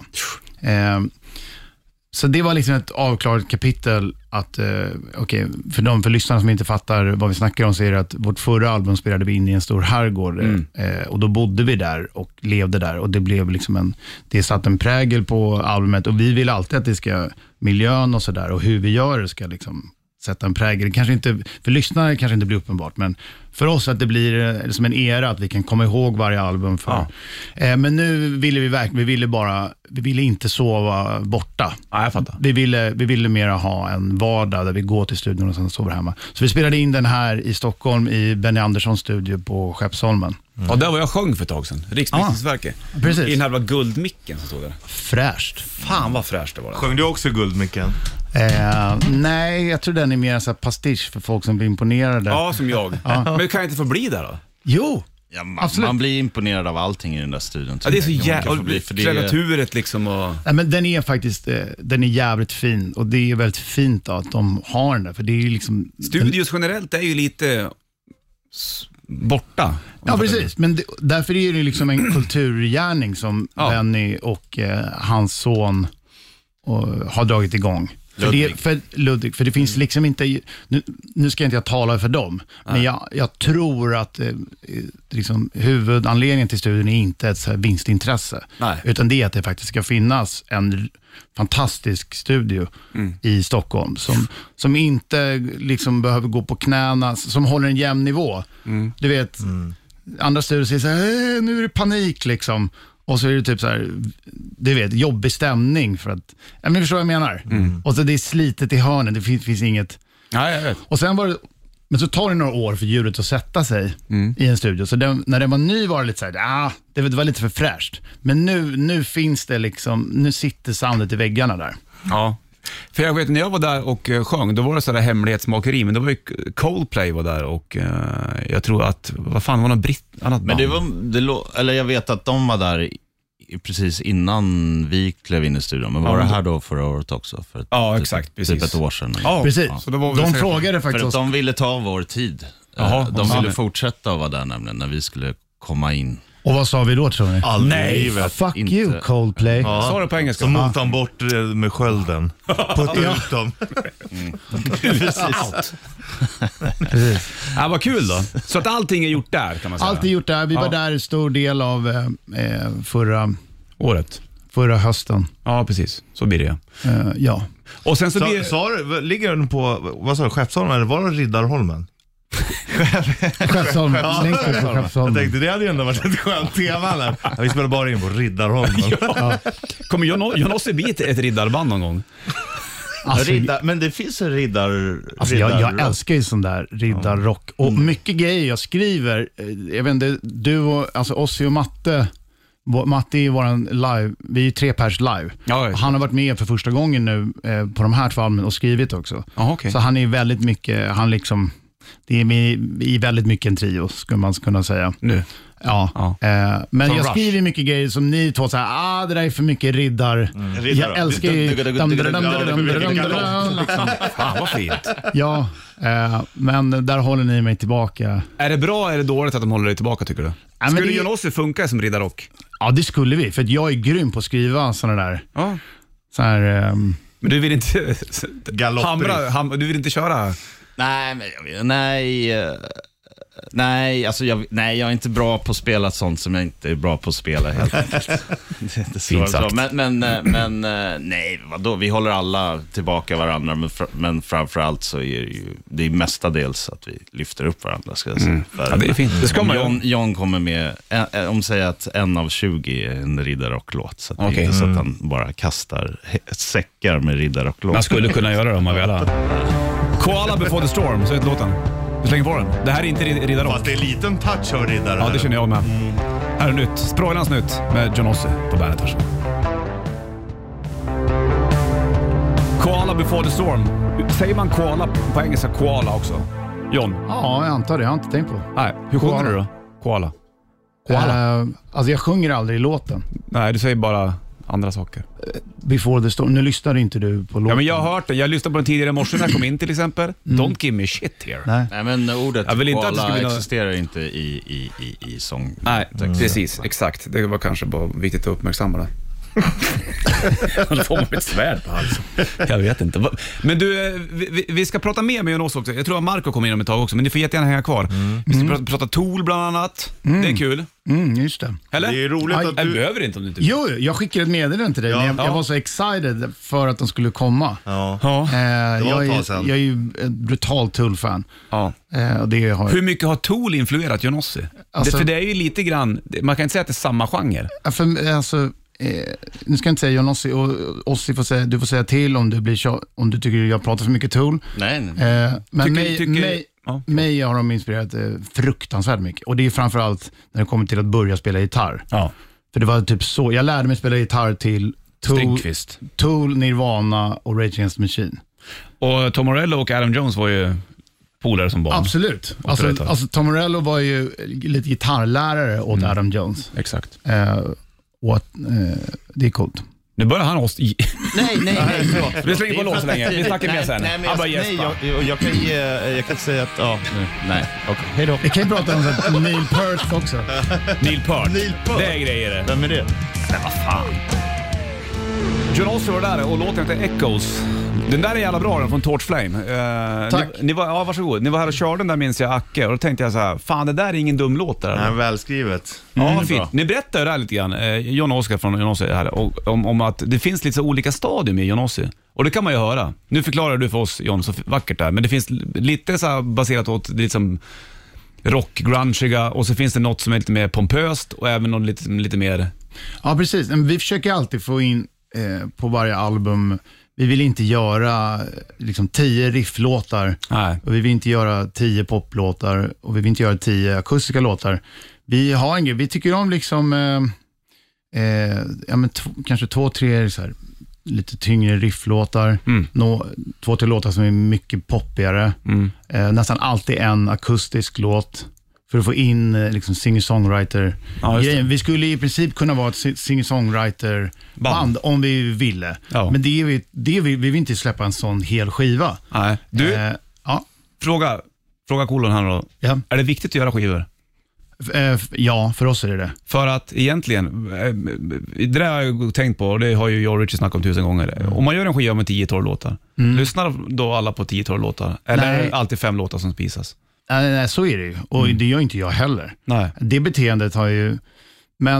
Så det var liksom ett avklarat kapitel att, för lyssnarna som inte fattar vad vi snackar om så är det att vårt förra album spelade vi in i en stor herrgård och då bodde vi där och levde där och det blev liksom det satt en prägel på albumet och vi vill alltid att det ska, miljön och sådär och hur vi gör det ska liksom sätta en prägel. Kanske inte, för lyssnare kanske inte blir uppenbart, men för oss att det blir som en era att vi kan komma ihåg varje album för. Men nu ville vi ville inte sova borta. Ja, jag fattar. Vi ville mera ha en vardag där vi går till studion och sen sover hemma. Så vi spelade in den här i Stockholm i Benny Anderssons studio på Skeppsholmen. Ja, där var jag sjöng för ett tag sedan. Riksmixningsverket. Precis. I den här guldmicken som stod där. Fräscht. Fan vad fräscht det var. Sjöng du också guldmicken? Nej, jag tror den är mer så här pastisch för folk som blir imponerade. Ja, som jag. Men kan jag inte få bli där då? Jo, Ja, man blir imponerad av allting i den där studion. Ja, det är så jävla... Kreaturet liksom och... Nej, men den är faktiskt den är jävligt fin. Och det är väldigt fint då, att de har den där. För det är ju liksom... Studios generellt är ju lite borta. Ja, precis. Men därför är det liksom en kulturgärning som Benny och hans son har dragit igång. Ludvig, för det finns liksom inte, nu ska inte jag tala för dem, men jag tror att liksom, huvudanledningen till studien är inte ett så här vinstintresse, utan det är att det faktiskt ska finnas en fantastisk studio i Stockholm som inte liksom behöver gå på knäna, som håller en jämn nivå. Du vet, andra studier säger så här, nu är det panik liksom. Och så är det typ så här, du vet, jobbig stämning för att, men förstår vad jag menar? Och så det är slitet i hörnen, det finns inget. Ja, jag vet. Och sen var det, men så tar det några år för ljudet att sätta sig i en studio. Så när den var ny var det lite så här, det var lite för fräscht. Men nu finns det liksom, nu sitter soundet i väggarna där. Ja. För jag vet, när jag var där och sjöng, då var det sådär hemlighetsmakeri, men då var ju Coldplay var där och jag tror att, vad fan var det annat band? Men eller jag vet att de var där precis innan vi klev in i studion, men var det här då förra året också? För exakt, precis. Typ ett år sedan. Ja, precis. Ja. Så då de frågade faktiskt för att de ville ta vår tid. De ville fortsätta att vara där nämligen, när vi skulle komma in. Och vad sa vi då, tror ni? Nej, fuck you, Coldplay. Sa det på engelska? Så mot han bort med skölden. Putta ut dem. Precis. Ja, vad kul då. Så att allting är gjort där, kan man säga. Allt är gjort där. Vi var där en stor del av förra hösten. Ja, precis. Så blir det. Ja. Och sen så ligger den på, vad sa du, Skeppsholmen eller var det Riddarholmen? Skeppsholmen. Jag tänkte det hade ju ändå varit ett skönt tema där. Vi spelar bara in på Riddarholmen. Kommer Jonossi bli ett riddarband någon gång? Alltså, men det finns en jag älskar ju sån där riddarrock. Och mycket grejer jag skriver, jag vet inte, du och, alltså Ossi och Matte är våran live, vi är 3 pers live. Han har varit med för första gången nu på de här 2 albumen och skrivit också. Okay. Så han är väldigt mycket, det är väldigt mycket en trio, skulle man kunna säga. Nu. Ja. Men jag skriver mycket grejer som ni två säger, det där är för mycket riddar. Jag älskar ju fan vad fint. Ja, men där håller ni mig tillbaka. Är det bra eller är det dåligt att de håller dig tillbaka, tycker du? Skulle Jonossi funka som riddarrock? Ja, det skulle vi, för att jag är grym på att skriva sådana där. Så här, men du vill inte du vill inte köra? Nej, alltså jag är inte bra på att spela sånt som jag inte är bra på att spela, helt enkelt. Det är inte så. Men nej, vadå? Vi håller alla tillbaka varandra, men framförallt så är det är mestadels att vi lyfter upp varandra, ska jag säga. Ja, det är fint. Det ska man John kommer med, om säger att 1 av 20 är en riddarrocklåt, så att det är inte så att han bara kastar säckar med riddarrocklåt. Man skulle kunna göra det om man vill. Koala Before the Storm, så heter låten. Du slänger på den. Det här är inte riddarrock. Fast det är en liten touch av riddare. Ja, det känner jag med. Här är nytt. Sproilans nytt med Jonossi på bandet. Koala Before the Storm. Säger man koala på engelska koala också? John? Ja, jag antar det. Jag har inte tänkt på. Nej, hur sjunger du då? Koala? Alltså jag sjunger aldrig i låten. Nej, du säger bara andra saker. Before the Storm. Nu lyssnade inte du på låten. Ja, men jag har hört den. Jag lyssnade på den tidigare i morse när jag kom in till exempel. Don't give me shit here. Nej, men ordet koala existerar inte i sång. Nej, precis. Exakt. Det var kanske bara viktigt att uppmärksamma det. Då får man ett svärd på halsen. Jag vet inte. Men du, vi ska prata mer med Jonas också. Jag tror att Marco kommer in om ett tag också, men ni får jättegärna hänga kvar. Vi ska prata Tool bland annat. Det är kul. Just det. Eller? Det är roligt att du... behöver inte om du inte... Jo, jag skickade ett meddelande till dig. Jag var så excited för att de skulle komma. Jag är ju ett brutalt Tool-fan. Hur mycket har Tool influerat Jonossi? För det är ju lite grann... Man kan inte säga att det är samma genre. Nu ska jag inte säga Jonossi och Ossi du får säga till om du tycker jag pratar för mycket Tool. Nej. Men mig har de inspirerat fruktansvärt mycket. Och det är framförallt när det kommer till att börja spela gitarr. För det var typ så. Jag lärde mig spela gitarr till Tool, Nirvana och Rage Against the Machine. Och Tom Morello och Adam Jones var ju polare som barn. Absolut. Alltså Tom Morello var ju lite gitarrlärare åt Adam Jones. Exakt. Det är coolt. Nu börjar han oss i... Nej, förlåt. Vi slänger på låt så länge. Vi snackar mer sen. Nej, Han bara gäspar. jag kan säga att, nej, okej, hej då. Vi kan ju prata om Neil Peart också. Neil Peart. Det är grejer det. Vem är det? Men vad fan. John Ossie var där och låten heter Echoes. Den där är jävla bra, den från Torch Flame. Tack. Ni var, varsågod. Ni var här och körde den där, minns jag, Acke. Och då tänkte jag så här, fan det där är ingen dum låt där. Nej, välskrivet. Ja, fint. Ni berättade det här lite grann, John Oscar från John Ossie här, om att det finns lite så olika stadier med John Ossie. Och det kan man ju höra. Nu förklarar du för oss, John, så vackert där. Men det finns lite så här baserat åt liksom rock, grungiga, och så finns det något som är lite mer pompöst och även något lite mer... Ja, precis. Men vi försöker alltid få in på varje album. Vi vill inte göra liksom 10 rifflåtar. Nej. Och vi vill inte göra 10 poplåtar. Och vi vill inte göra 10 akustiska låtar. Vi har en grej. Vi tycker om liksom kanske 2-3 så här, lite tyngre rifflåtar. 2-3 låtar som är mycket poppigare. Nästan alltid en akustisk låt. För att få in liksom singer-songwriter-grejen. Vi skulle i princip kunna vara ett singer-songwriter-band om vi ville. Ja. Men vi vill inte släppa en sån hel skiva. Nej. Du, ja. Fråga kolon här då. Ja. Är det viktigt att göra skivor? Ja, för oss är det. För att egentligen, det där har jag tänkt på, och det har ju jag och Richie snackat om 1000 gånger. Om man gör en skiva med 10-12 låtar, lyssnar då alla på 10-12 låtar? Eller är det alltid 5 låtar som spisas? Nej, så är det ju. Och det gör inte jag heller. Nej. Det beteendet har ju... Men...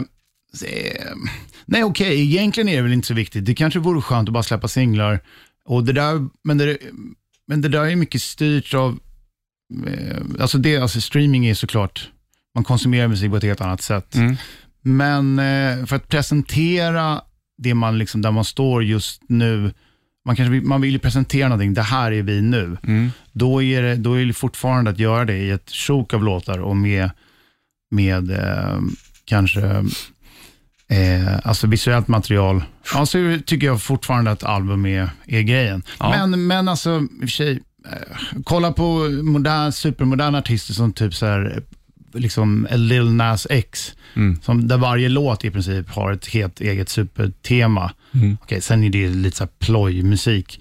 nej, okej. Egentligen är det väl inte så viktigt. Det kanske vore skönt att bara släppa singlar. Och det där... Men det där är mycket styrt av... Alltså streaming är såklart... Man konsumerar musik på ett helt annat sätt. Men för att presentera det man liksom... Där man står just nu... Man vill ju presentera någonting, det här är vi nu. Då är det fortfarande att göra det i ett sjok av låtar och med kanske alltså visuellt material. Alltså tycker jag fortfarande att album är grejen. Ja. Men alltså i och för sig, kolla på supermoderna artister som typ så här, liksom a Lil Nas X, som där varje låt i princip har ett helt eget supertema. Okej, sen är det lite så här plojmusik.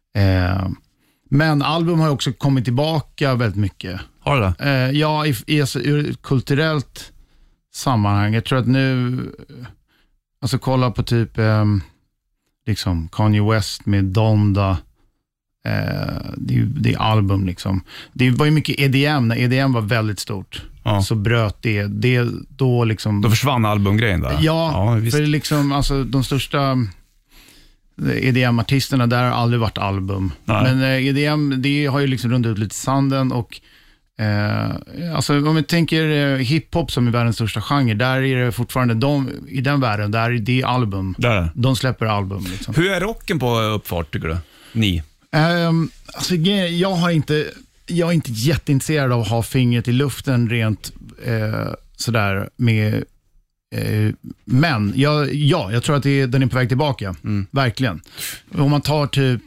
Men album har också kommit tillbaka väldigt mycket. Har det? Ja, ur ett kulturellt sammanhang. Jag tror att nu, alltså kolla på typ liksom Kanye West med Donda. Det är album liksom. Det var ju mycket EDM, när EDM var väldigt stort. Ja. Så bröt det då liksom... Då försvann albumgrejen där. Ja, för liksom, alltså de största EDM-artisterna, där har aldrig varit album. Nej. Men EDM, det har ju liksom rundat ut lite sanden och alltså om vi tänker hiphop som är världens största genre, där är det fortfarande i den världen, där är det album. Där. De släpper album liksom. Hur är rocken på uppfart tycker du? Ni? Alltså jag är inte jätteintresserad av att ha fingret i luften rent sådär med men jag tror att den är på väg tillbaka. Verkligen. Om man tar typ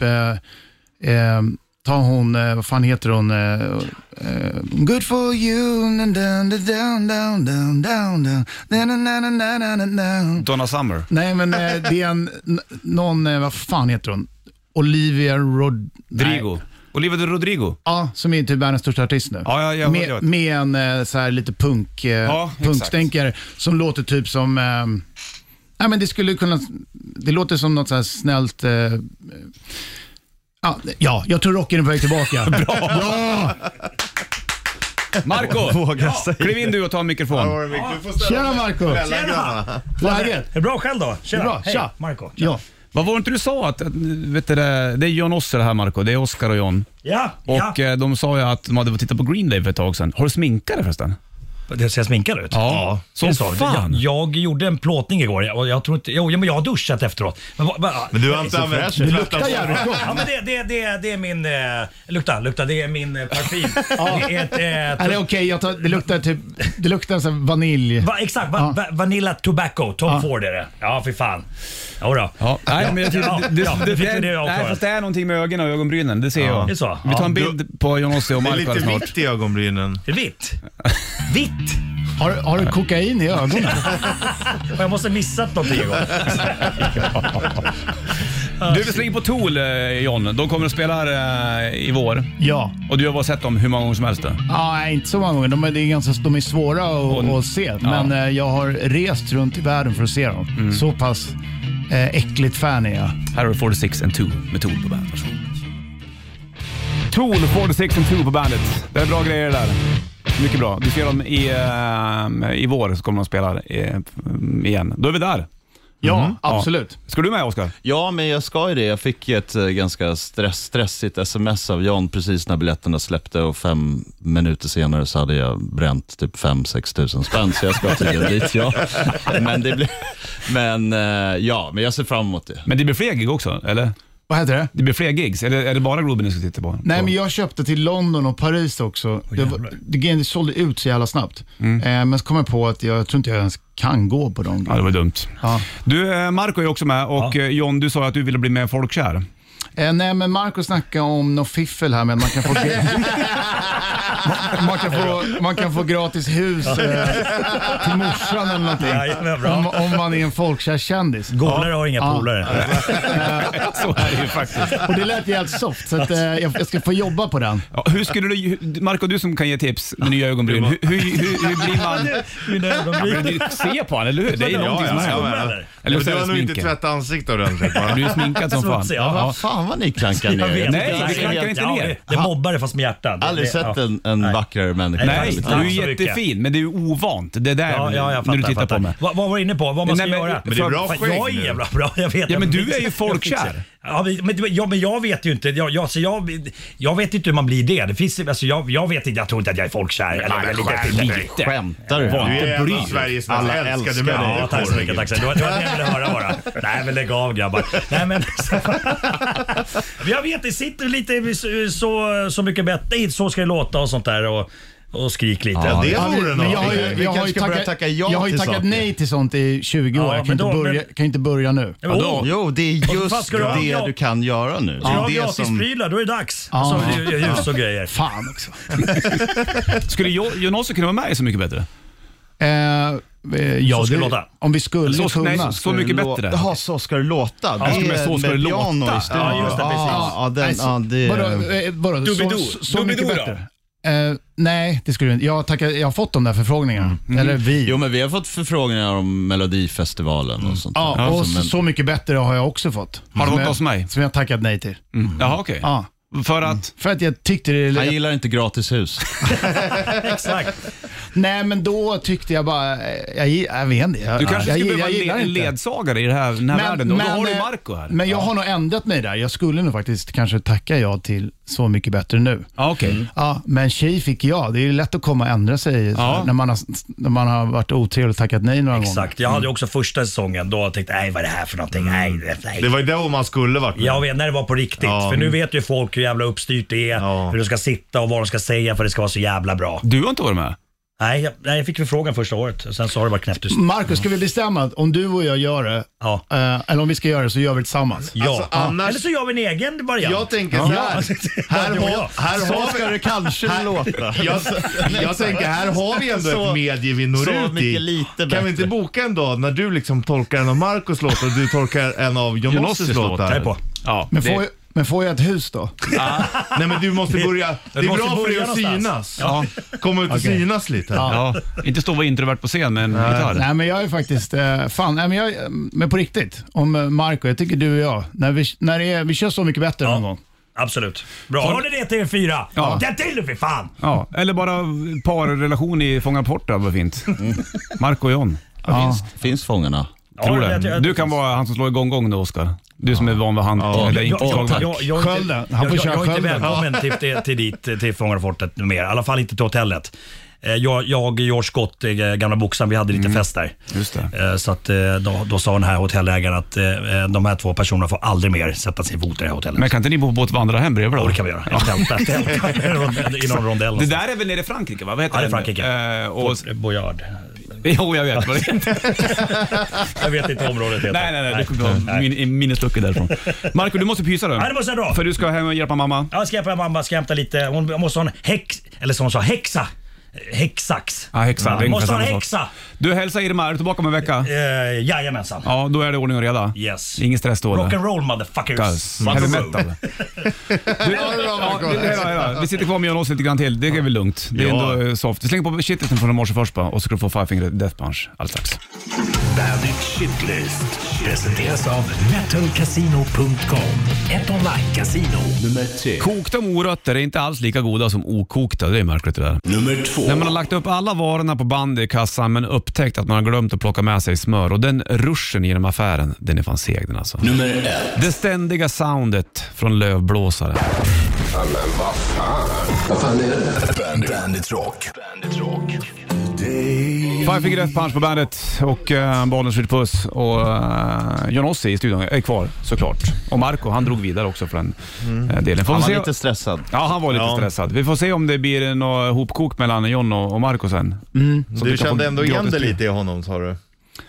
vad fan heter hon? Good for you. Donna Summer. Nej, men det är någon, vad fan heter hon? Olivia Rodrigo. Olivia Rodrigo? Ja, som är typ världens största artist nu. Ja, med en så här lite punkstänkare som låter typ som... men det skulle kunna... Det låter som något så här snällt... jag tror rocken är på väg tillbaka. Bra! Ja! Marco, kliv in du och ta en mikrofon. Tjena Marco! Tjena! Läget? Är det bra själv då? Tjena, bra. Hej, Tja. Marco. Ja. Vad var det inte du sa att vet du, det är John Ossie det här, Marco? Det är Oscar och John. Ja. Och de sa ju att de hade tittat på Green Day för ett tag sedan. Har du sminkat det förresten? Det ser sminkad ut. Ja, Som som fan. Jag gjorde en plåtning igår och jag tror inte... men jag har duschat efteråt. Men du har inte använt... Det luktar jävligt gott. Ja, men det är min... Lukta, det är min parfym. Det är ett... Eller okej, det luktar så vanilj. Exakt, Vanilla Tobacco, Tom Ford är det. Ja, för fan. Jodå. Ja, nej, men jag tror nej, fast det är någonting med ögonen och ögonbrynen, det ser jag. Det är så. Vi tar en bild på Jonossi och Det är Marco lite snart. vitt i ögonbrynen. Det är vitt. Vitt. Har du kokain i ögonen? Jag måste ha missat någonting igår. Du vill slänga på Tool, John. De kommer att spela här i vår. Ja. Och du har bara sett dem hur många gånger som helst? Nej, inte så många gånger. De är svåra att se. Men jag har rest runt i världen för att se dem. Så pass äckligt fan är jag. Här har 46 and 2 med Tool på bandet. Tool, 46 and 2 på bandet. Det är bra grejer där. Mycket bra. Du ser dem i vår så kommer de spela igen. Då är vi där. Ja, absolut. Ja. Ska du med, Oskar? Ja, men jag ska ju det. Jag fick ett ganska stressigt sms av John precis när biljetterna släppte och 5 minuter senare så hade jag bränt typ 5-6 tusen spänn, så jag ska tydligen dit, ja. Men jag ser fram emot det. Men det blir fler gig också, eller? Vad heter det? Det blir fler gigs. Är det bara Globen du ska titta på? Nej, men jag köpte till London och Paris också. Det sålde ut så jävla snabbt. Men så kom jag på att jag tror inte jag ens kan gå på dem. Ja, det var dumt. Ja. Du, Marco är också med och John, du sa att du ville bli med folkkär. Nej, men Marco snackade om något fiffel här med att man kan få man kan få gratis hus till morsan eller någonting. Om man är en folkkär kändis. Golare har inga polare. Så är det ju faktiskt. Och det lät jävligt soft, så att, jag ska få jobba på den. Ja, hur skulle du, Marco, du som kan ge tips med nya ögonbryn, hur blir man... Du ser på han, eller hur? Det är någonting som händer. Eller du har nog inte tvättat ansiktet ordentligt. Du är sminkad som fan. Ja, vad fan vad ni klankar ner. Nej, vi klankar inte ner. Det mobbar det fast med hjärtat. Aldrig sett en vackrare människa. Nej, du är jättefin, men det är ovant. Det där när du tittar på mig. Vad var du inne på? Vad man ska göra? Men det är bra skägg. Jag är jävla bra, jag vet. Ja, men du är ju folkkär. Ja, men jag vet ju inte. Jag vet inte hur man blir det. Det finns, alltså, jag vet inte, jag tror inte att jag är folkkär. Eller lite. Skämtar du? Du är Sveriges mest älskade människa. Ja, tack så mycket. Tack så mycket. Det var det jag ville höra bara. Nej, men lägg av, grabbar. Nej, men jag vet, det sitter lite så mycket bättre. Så ska det låta och sånt där. Och skrik lite. Ja, det vore men något. jag har ju tackat nej till sånt i 20 år. Jag kan inte börja nu. Jo, det är just det du kan göra nu. Ja, gratisprylar, då är det dags. Så ljus och grejer. Fan också. Skulle Jonas kunna vara med i Så mycket bättre? Ja, om vi skulle kunna. Så mycket bättre. Jaha, så ska det låta. Så ska det låta. Ja, just det, precis. Så mycket bättre. Nej, det skulle inte. Jag har fått de där förfrågningarna. Eller vi. Jo, men vi har fått förfrågningar om Melodifestivalen och sånt. Ja, och så mycket bättre har jag också fått. Har du fått hos mig? Som jag har tackat nej till. Jaha, okej. Ja. För att jag tyckte det... Han gillar inte gratis hus. Exakt. Nej, men då tyckte jag bara... Jag vet inte. Du kanske skulle behöva en ledsagare i den här världen. Då har du Marco här. Men jag har nog ändrat mig där. Jag skulle nog faktiskt kanske tacka ja till Så mycket bättre nu. Okej. Ja, men tjej fick ja. Det är ju lätt att komma och ändra sig när man har varit otrevlig och tackat nej några gånger. Exakt. Jag hade också första säsongen. Då tänkte jag, vad är det här för någonting? Nej. Det var ju då man skulle varit med. Jag vet när det var på riktigt. För nu vet ju folk hur jävla uppstyrt det är. Hur de ska sitta och vad de ska säga för att det ska vara så jävla bra. Du har inte varit med? Nej, jag fick förfrågan första året. Sen så har det varit knäpptyst. Marcus, ska vi bestämma om du och jag gör det? Ja. Eller om vi ska göra det så gör vi det tillsammans? Ja. Alltså, annars... Eller så gör vi en egen variant. Jag tänker så här ska det kanske låta. Jag tänker, här har vi ändå ett medie vi når ut i. Kan vi inte boka en dag när du liksom tolkar en av Marcus låtar och du tolkar en av Jonossis låtar? Ja, men får jag ett hus då? Nej, men du måste börja. Det är bra för dig att synas. Ja. Komma ut och synas lite. Ja. Inte stå och vara introvert på scen med en gitarr. Nej, men jag är faktiskt men på riktigt om Marco, jag tycker du och jag när vi kör Så mycket bättre någon gång. Absolut. Bra. Har ni det till er4? Ja. Det till det för fan. Ja, eller bara parrelation i Fånga Porta, vad fint. Marco och John. Finns fångarna? Tror det. Du kan vara han som slår igång då, Oskar. Du som är van vid hand. Eller inte Skölden. Han får köra Skölden. Jag är inte välkommen till Fångarna Fortet mer. I alla fall inte till hotellet. Jag George Scott, gamla boxaren, vi hade lite fest där. Just det. Så att då sa den här hotellägaren att de här 2 personerna får aldrig mer sätta sin fot i det här hotellet. Men kan inte ni bo på ett vandra hem bredvid då? Ja, det kan vi göra. I någon rondell. Det där är väl nere i Frankrike, va? Vad heter det? Ja, det är Frankrike. Boyard. Jo, jag vet. Jag vet inte området heter. Nej. Det kommer minnesluckor därifrån. Marco, du måste pysa då. Ja, det måste jag dra. För du ska hem och hjälpa mamma. Ja, jag ska hjälpa mamma. Ska hämta lite. Hon måste ha en eller som hon sa, häxsax. Ja, häxa. Ja, måste ha en häxa. Du, hälsa Irma. Är du tillbaka om en vecka? Jajamensan. Ja, då är det ordning och reda. Yes. Ingen stress då. Rock'n'roll, motherfuckers. Heavy metal. Vi sitter kvar med oss lite grann till. Det är väl lugnt. Det är ändå soft. Vi slänger på shitlisten från morse först bara, och så ska du få Five Finger Death Punch alldeles strax. Bandit Shitlist presenteras av metalcasino.com. Ett online-casino. Nummer 3. Kokta morötter är inte alls lika goda som okokta. Det är märkligt det där. Nummer 2. När man har lagt upp alla varorna på band i kassan men upptäckt att man har glömt att plocka med sig smör, och den ruschen genom affären, den är fan seg den alltså. Nummer 1. Det ständiga soundet från lövblåsare. Ja, men vad fan är det? Bandit Rock. Five Finger Death Punch på bandet och Bollnäs Ritchie Puss och John Ossie i studion är kvar såklart. Och Marco, han drog vidare också för den delen. Han var lite stressad. Ja, han var lite stressad. Vi får se om det blir något hopkok mellan John och Marco sen. Du kände ändå igen det lite i honom, sa du?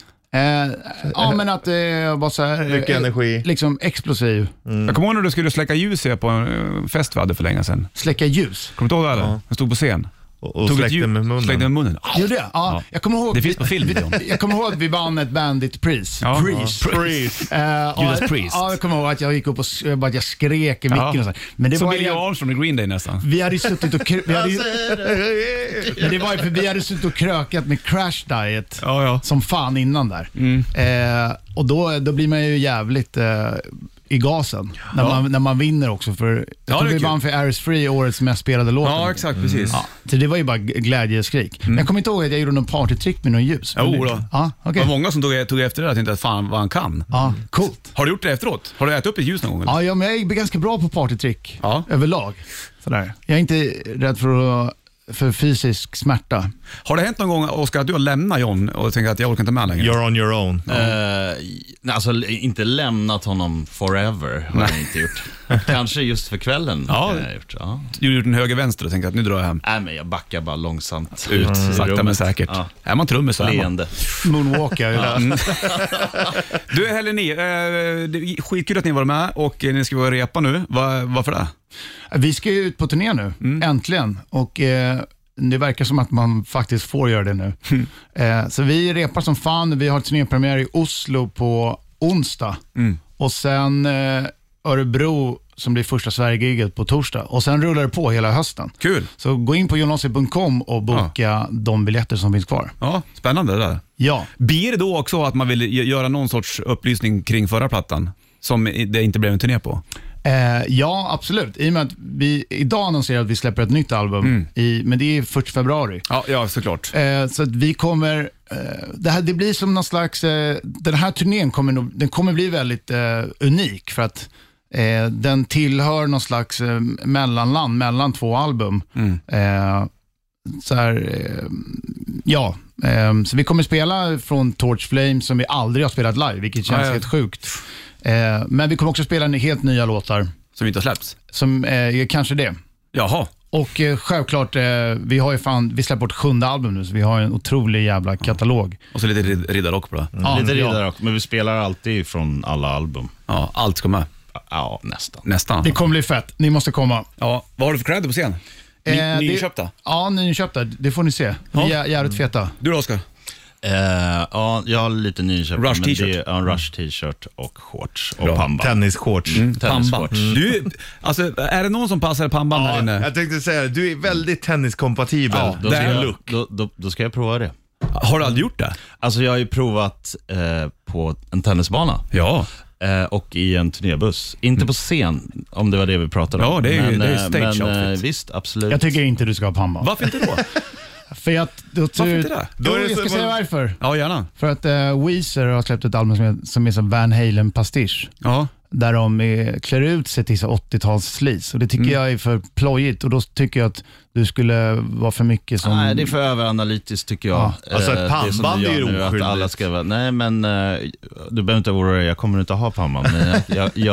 Ja, men att det var så här mycket energi, liksom explosiv. Jag kommer ihåg när du skulle släcka ljus på en fest vi hade för länge sedan. Släcka ljus? Kommer du ihåg det eller? Jag stod på scen. Och släckte med munnen. Släckte med munnen. Gjorde det? Ja. Jag kommer ihåg, det finns på film. Jag kommer ihåg att vi vann ett Bandit-pris. Priest. Judas Priest. Ja, jag kommer ihåg att jag gick upp och jag skrek i micken och så. Men det som var Billy Armstrong i Green Day nästan. Vi hade suttit och men det var ju för vi hade suttit och krökat med Crash Diet som fan innan där. Och då blir man ju jävligt i gasen när man vinner också, för jag tror vi vann för Aris Free, årets mest spelade låt. Ja, exakt, precis. Ja, så det var ju bara glädjeskrik. Men jag kommer inte ihåg att jag gjorde någon partytrick med någon ljus. Jo då. Ja, okay. Det var många som tog efter det och tänkte att fan vad han kan. Ja, coolt. Har du gjort det efteråt? Har du ätit upp ett ljus någon gång? Eller? Ja, men jag är ganska bra på partytrick överlag. Sådär. Jag är inte rädd för fysisk smärta. Har det hänt någon gång, Oskar, att du har lämnat John och tänker att jag orkar inte med längre? You're on your own. Alltså inte lämnat honom forever har jag inte gjort. Kanske just för kvällen har jag gjort. Ja. Du har gjort en höger-vänster och tänker att nu drar jag hem. Nej, men jag backar bara långsamt ut. Sakta men säkert. Ja. Är man trummis så leende. Moonwalker. Du är heller ni. Skitkul att ni var med och ni ska vara repa nu. Varför det? Vi ska ju ut på turné nu, äntligen. Och det verkar som att man faktiskt får göra det nu. Så vi repar som fan. Vi har turnépremiär i Oslo på onsdag. Och sen Örebro som blir första Sverige-giget på torsdag. Och sen rullar det på hela hösten. Kul. Så gå in på jonossi.com och boka de biljetter som finns kvar. Ja, spännande det där. Ja. Blir det då också att man vill göra någon sorts upplysning kring förra plattan som det inte blev en turné på? Ja, absolut. I och med att vi idag annonserar att vi släpper ett nytt album, men det är 1 februari. Ja, såklart. Så att vi kommer... det blir som någon slags... den här turnén kommer bli väldigt unik för att den tillhör någon slags mellanland mellan 2 album. Så vi kommer spela från Torch Flame som vi aldrig har spelat live, vilket känns helt sjukt. Men vi kommer också spela helt nya låtar. Som inte har släppts? Som kanske det. Jaha. Och självklart, vi släpper vårt 7:e album nu, så vi har en otrolig jävla katalog. Och så lite riddarrock på det. Lite riddarrock, men vi spelar alltid från alla album. Ja, allt ska med. Ja, nästan. Det kommer bli fett, ni måste komma. Ja, vad har du för kläder på scen? Nyinköpta? Ja, nyinköpta, det får ni se. Jävligt feta. Du då, Oskar? Ja, jag har lite nyinköpta. Rush t-shirt? En Rush t-shirt och shorts och pamba. Tennisshorts. Tennisshorts. Du, alltså, är det någon som passar pamban här inne? Jag tänkte säga, du är väldigt tenniskompatibel. Ja, då ska jag prova det. Har du aldrig gjort det? Alltså jag har ju provat på en tennisbana. Ja. Och i en turnébuss. Inte på scen, om det var det vi pratade om. Ja, det är stage outfit. Visst, absolut. Jag tycker inte du ska ha pamba. Varför inte då? För att... Varför inte det? Jag ska säga varför. Ja, gärna. För att Weezer har släppt ett album som är som Van Halen pastisch. Ja. där de klär ut sig till 80-talsslis. Och det tycker jag är för plojigt. Och då tycker jag att du skulle vara för mycket som... Nej, det är för överanalytiskt tycker jag. Ja. Alltså ett pannband är ju nu, att alla ska vara... Nej, men du behöver inte vara det. Jag kommer inte ha pannband. Men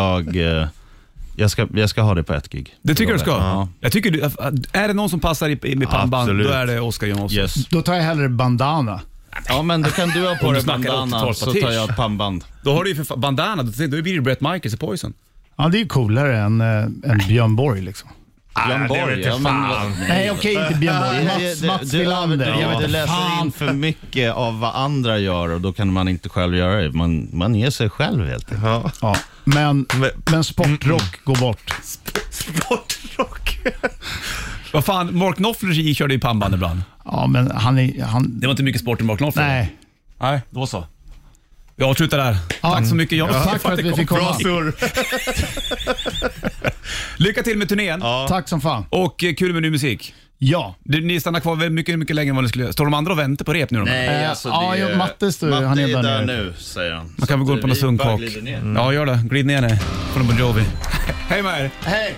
jag ska ha det på ett gig. Det tycker du ska? Ja. Jag tycker är det någon som passar med pannband, Absolut. då är det Oscar Jonas. Yes. Då tar jag hellre bandana. Ja, men då kan du ha på Om du dig snackar bandana, 80-talspastisch. så tar jag ett pannband. Då har du ju för bandana, då blir det Bret Michaels i Poison. Ja, det är ju coolare än Björn Borg liksom. Björn Borg, ja, men... Nej, okej, inte Björn Borg. Mats Wilander. Du läser in för mycket av vad andra gör och då kan man inte själv göra det. Man ger sig själv helt enkelt. Ja, men sportrock går bort. Sportrock. Vad fan, Mark Knopfler körde ju pannband ibland. Ja, men han... Det var inte mycket sport i Mark Knopfler. Nej, då så. Vi avslutar där. Tack så mycket, John. Tack för att vi fick komma. Bra surr. Lycka till med turnén. Tack som fan. Och kul med ny musik. Ja. Ni stannar kvar väldigt mycket längre än vad ni skulle. Står de andra och väntar på rep nu? Nej, alltså Matte står Matte han är är där där nere. nu, säger han. Man kan väl gå upp på någon sunkak. Ja, gör det. Glid ner nu. Från Bon Jovi. Hej med er. Hej.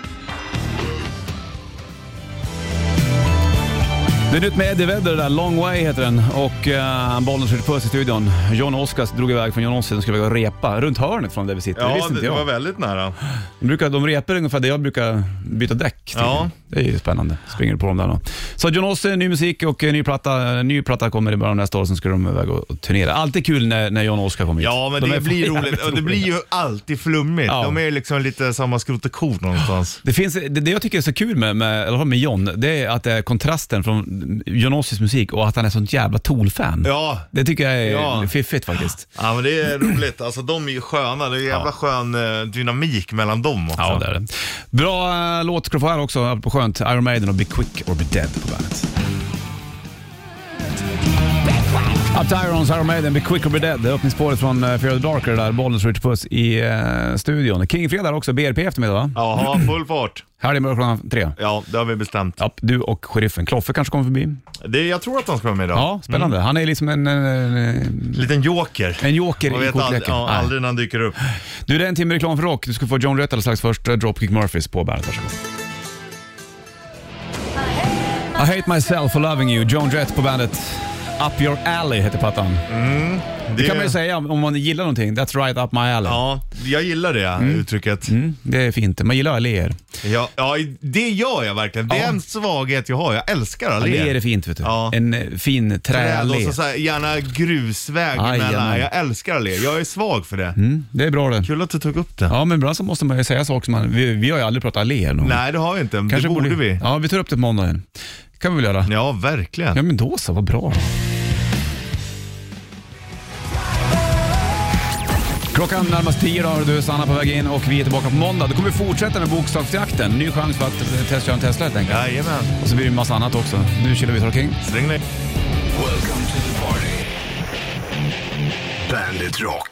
Det är nytt med Eddie Vedder där, Long Way heter den. Och bollen skjuter puss i studion. John Oscars drog iväg från John Oscars och skulle väga repa runt hörnet från där vi sitter. Ja, visste inte det jag. var väldigt nära. De repar ungefär där jag brukar byta däck till. Ja. Det är ju spännande. Springer på dem där då. Så John Oscar, ny musik och ny platta kommer i början nästa år, sen ska de iväg och turnera. Alltid kul när John Oscar kommer hit. Ja, men det blir roligt. Och det blir ju alltid flummigt. Ja. De är liksom lite samma skrot och kor någonstans. Det jag tycker är så kul med John, det är att det är kontrasten från John Oscars musik och att han är sånt jävla Tool-fan. Ja. Det tycker jag är fiffigt faktiskt. Ja, men det är roligt. Alltså de är ju sköna. Det är jävla skön dynamik mellan dem också. Ja, det är det. Bra låt ska du få här också på skönt. Iron Maiden och Be Quick or Be Dead på bandet. Up to Irons, Iron Maiden, Be Quick or Be Dead. Det är öppningsspåret från Fear the Darker där, Bollnäs Richard Puss i studion. King Fredag också, BRP eftermiddag va? Ja, full fart. Här är det klockan 3. Ja, det har vi bestämt. Ja, du och sheriffen. Kloffe kanske kommer förbi. Jag tror att han ska vara med idag. Ja, spännande. Han är liksom en liten joker. En joker Man i vet kortleken. aldrig när han dyker upp. Du, det är en timme reklam för rock. Du ska få John Rett alldeles strax först. Dropkick Murphys på bandet. Varsågod. I hate myself for loving you. John Jett på bandet. Up your alley heter plattan. Det kan man ju säga om man gillar någonting. That's right up my alley. Ja, jag gillar det uttrycket. Det är fint. Man gillar alléer. Ja, det gör jag verkligen. Det är en svaghet jag har. Jag älskar alléer. Alléer är fint, vet du. Ja. En fin träallé. Så gärna grusväg emellan. Jag älskar alléer. Jag är svag för det. Det är bra det. Kul att du tog upp det. Ja, men ibland så måste man ju säga saker som vi har ju aldrig pratat alléer någon. Nej, det har vi inte. Det borde vi. Ja, vi tar upp det på måndagen. Kan vi väl göra? Ja, verkligen. Ja, men då så, vad bra. Klockan närmast 10 då, du Sanna på väg in och vi är tillbaka på måndag. Då kommer vi fortsätta med bokstavsjakten. Ny chans för att testa en Tesla helt enkelt. Jajamän. Och så blir det en massa annat också. Nu kör vi Talking. Släng dig. Welcome to the party. Bandit Rock.